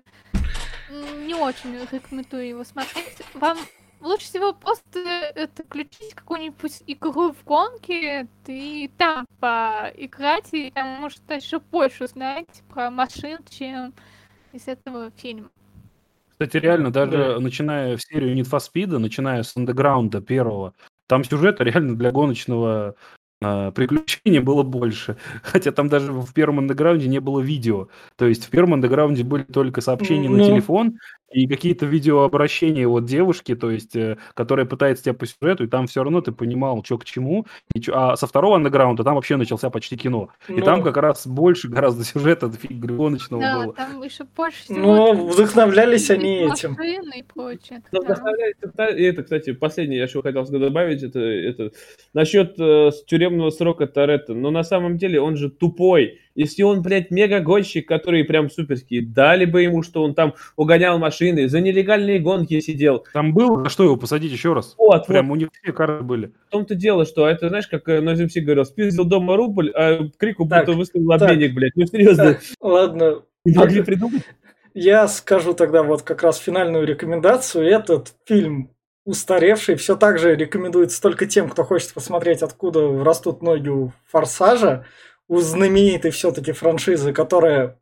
не очень рекомендую его смотреть. Вам лучше всего просто это включить какую-нибудь игру в гонки и там поиграть, и там, может, еще больше узнаете про машин, чем из этого фильма. Кстати, реально, даже начиная в серию Need for Speed, начиная с андеграунда первого, там сюжета реально для гоночного приключений было больше. Хотя там даже в первом андеграунде не было видео. То есть в первом андеграунде были только сообщения на телефон и какие-то видеообращения от девушки, то есть, которая пытается тебя по сюжету, и там все равно ты понимал, что к чему. А со второго андеграунда там вообще начался почти кино. И там как раз больше гораздо сюжета гоночного Да, было. там еще больше всего... Но вдохновлялись они этим. Машины и прочее. Ну, это, кстати, последнее, я еще хотел добавить, это насчет тюремного срока Торетто. Но на самом деле он же тупой. Если он, блядь, мега-гонщик, который прям суперский, дали бы ему, что он там угонял машины, за нелегальные гонки сидел. Там было, что его посадить еще раз? Вот, Прям у них все карты были. В том-то дело, что это, знаешь, как Noise MC говорил, спиздил дома рубль, а Крику будто выставил обменник, блядь. Ну, серьезно. Ладно. Не могли придумать? Я скажу тогда вот как раз финальную рекомендацию. Этот фильм устаревший, все так же рекомендуется только тем, кто хочет посмотреть, откуда растут ноги у Форсажа, у знаменитой все-таки франшизы, которая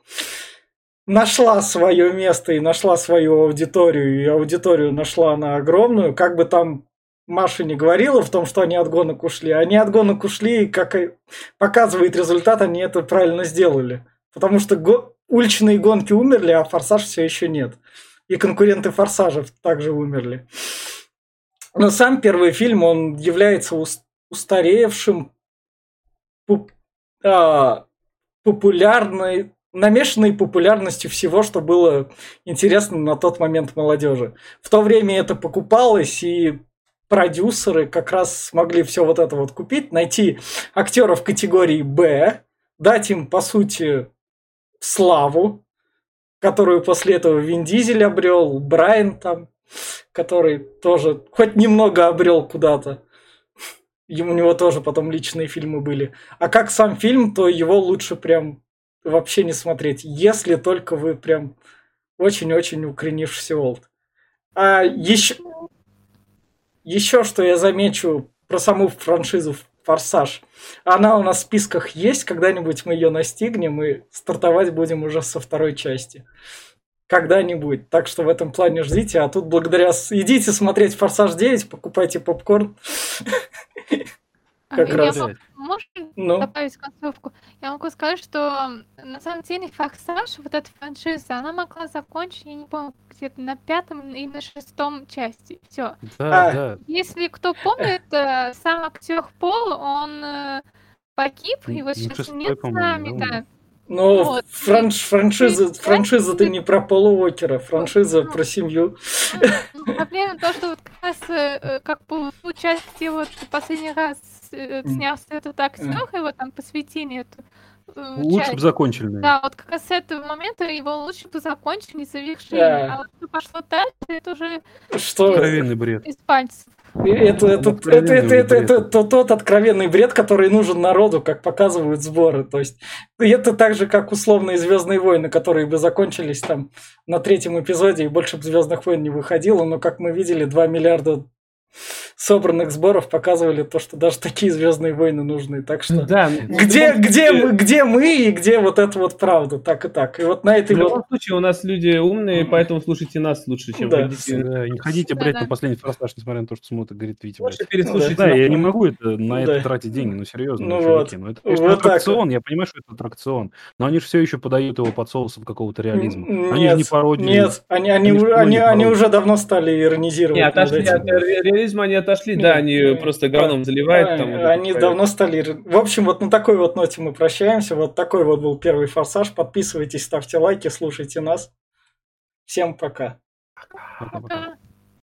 нашла свое место и нашла свою аудиторию, и аудиторию нашла она огромную. Как бы там Маша не говорила в том, что они от гонок ушли, они от гонок ушли, и как и показывает результат, они это правильно сделали. Потому что уличные гонки умерли, а Форсаж все еще нет. И конкуренты Форсажа также умерли. Но сам первый фильм, он является устаревшим, популярной, намешанной популярностью всего, что было интересно на тот момент молодежи. В то время это покупалось, и продюсеры как раз смогли все вот это вот купить, найти актеров категории «Б», дать им, по сути, славу, которую после этого Вин Дизель обрел, Брайан там, который тоже хоть немного обрел куда-то. У него тоже потом личные фильмы были. А как сам фильм, то его лучше прям вообще не смотреть, если только вы прям очень-очень укоренившийся олд. А еще что я замечу про саму франшизу «Форсаж». Она у нас в списках есть, когда-нибудь мы ее настигнем и стартовать будем уже со второй части. Когда-нибудь. Так что в этом плане ждите. А тут благодаря... Идите смотреть «Форсаж 9», покупайте попкорн. Как раз. Можно добавить концовку? Я могу сказать, что на самом деле «Форсаж», вот эта франшиза, она могла закончить, я не помню, где-то на 5-м и на 6-м части. Все. Да. Если кто помнит, сам актер Пол, он погиб, его сейчас нет с нами, да. Но вот. Франшиза-то не про Пола Уокера, франшиза про семью. Проблема в том, что вот как раз как бы в части вот последний раз снялся этот актер, его там посвятили эту лучше бы закончили. Да, вот как раз с этого момента его лучше бы закончили, завершили. А вот что пошло дальше, это уже откровенный бред. Из пальцев. Это тот откровенный бред, который нужен народу, как показывают сборы. То есть это так же, как условные «Звездные войны», которые бы закончились там на 3-м эпизоде, и больше бы «Звездных войн» не выходило. Но, как мы видели, 2 миллиарда собранных сборов показывали то, что даже такие «Звездные войны» нужны. Так что где мы и где вот это вот правда, так и так. И вот на этой в любом случае у нас люди умные, поэтому слушайте нас лучше, чем не ходите, блядь, на последний «Форсаж», несмотря на то, что смотрит, говорит Витя. Да, я не могу на это тратить деньги, ну серьезно, чуваки. Ну это, конечно, аттракцион, я понимаю, что это аттракцион, но они же все еще подают его под соусом какого-то реализма. Они же не пародируют. Нет, они уже давно стали иронизировать. Нет, реализма они отошли, да, они просто говном заливают. Там, они давно стали... В общем, вот на такой вот ноте мы прощаемся. Вот такой вот был первый «Форсаж». Подписывайтесь, ставьте лайки, слушайте нас. Всем пока. Пока-пока.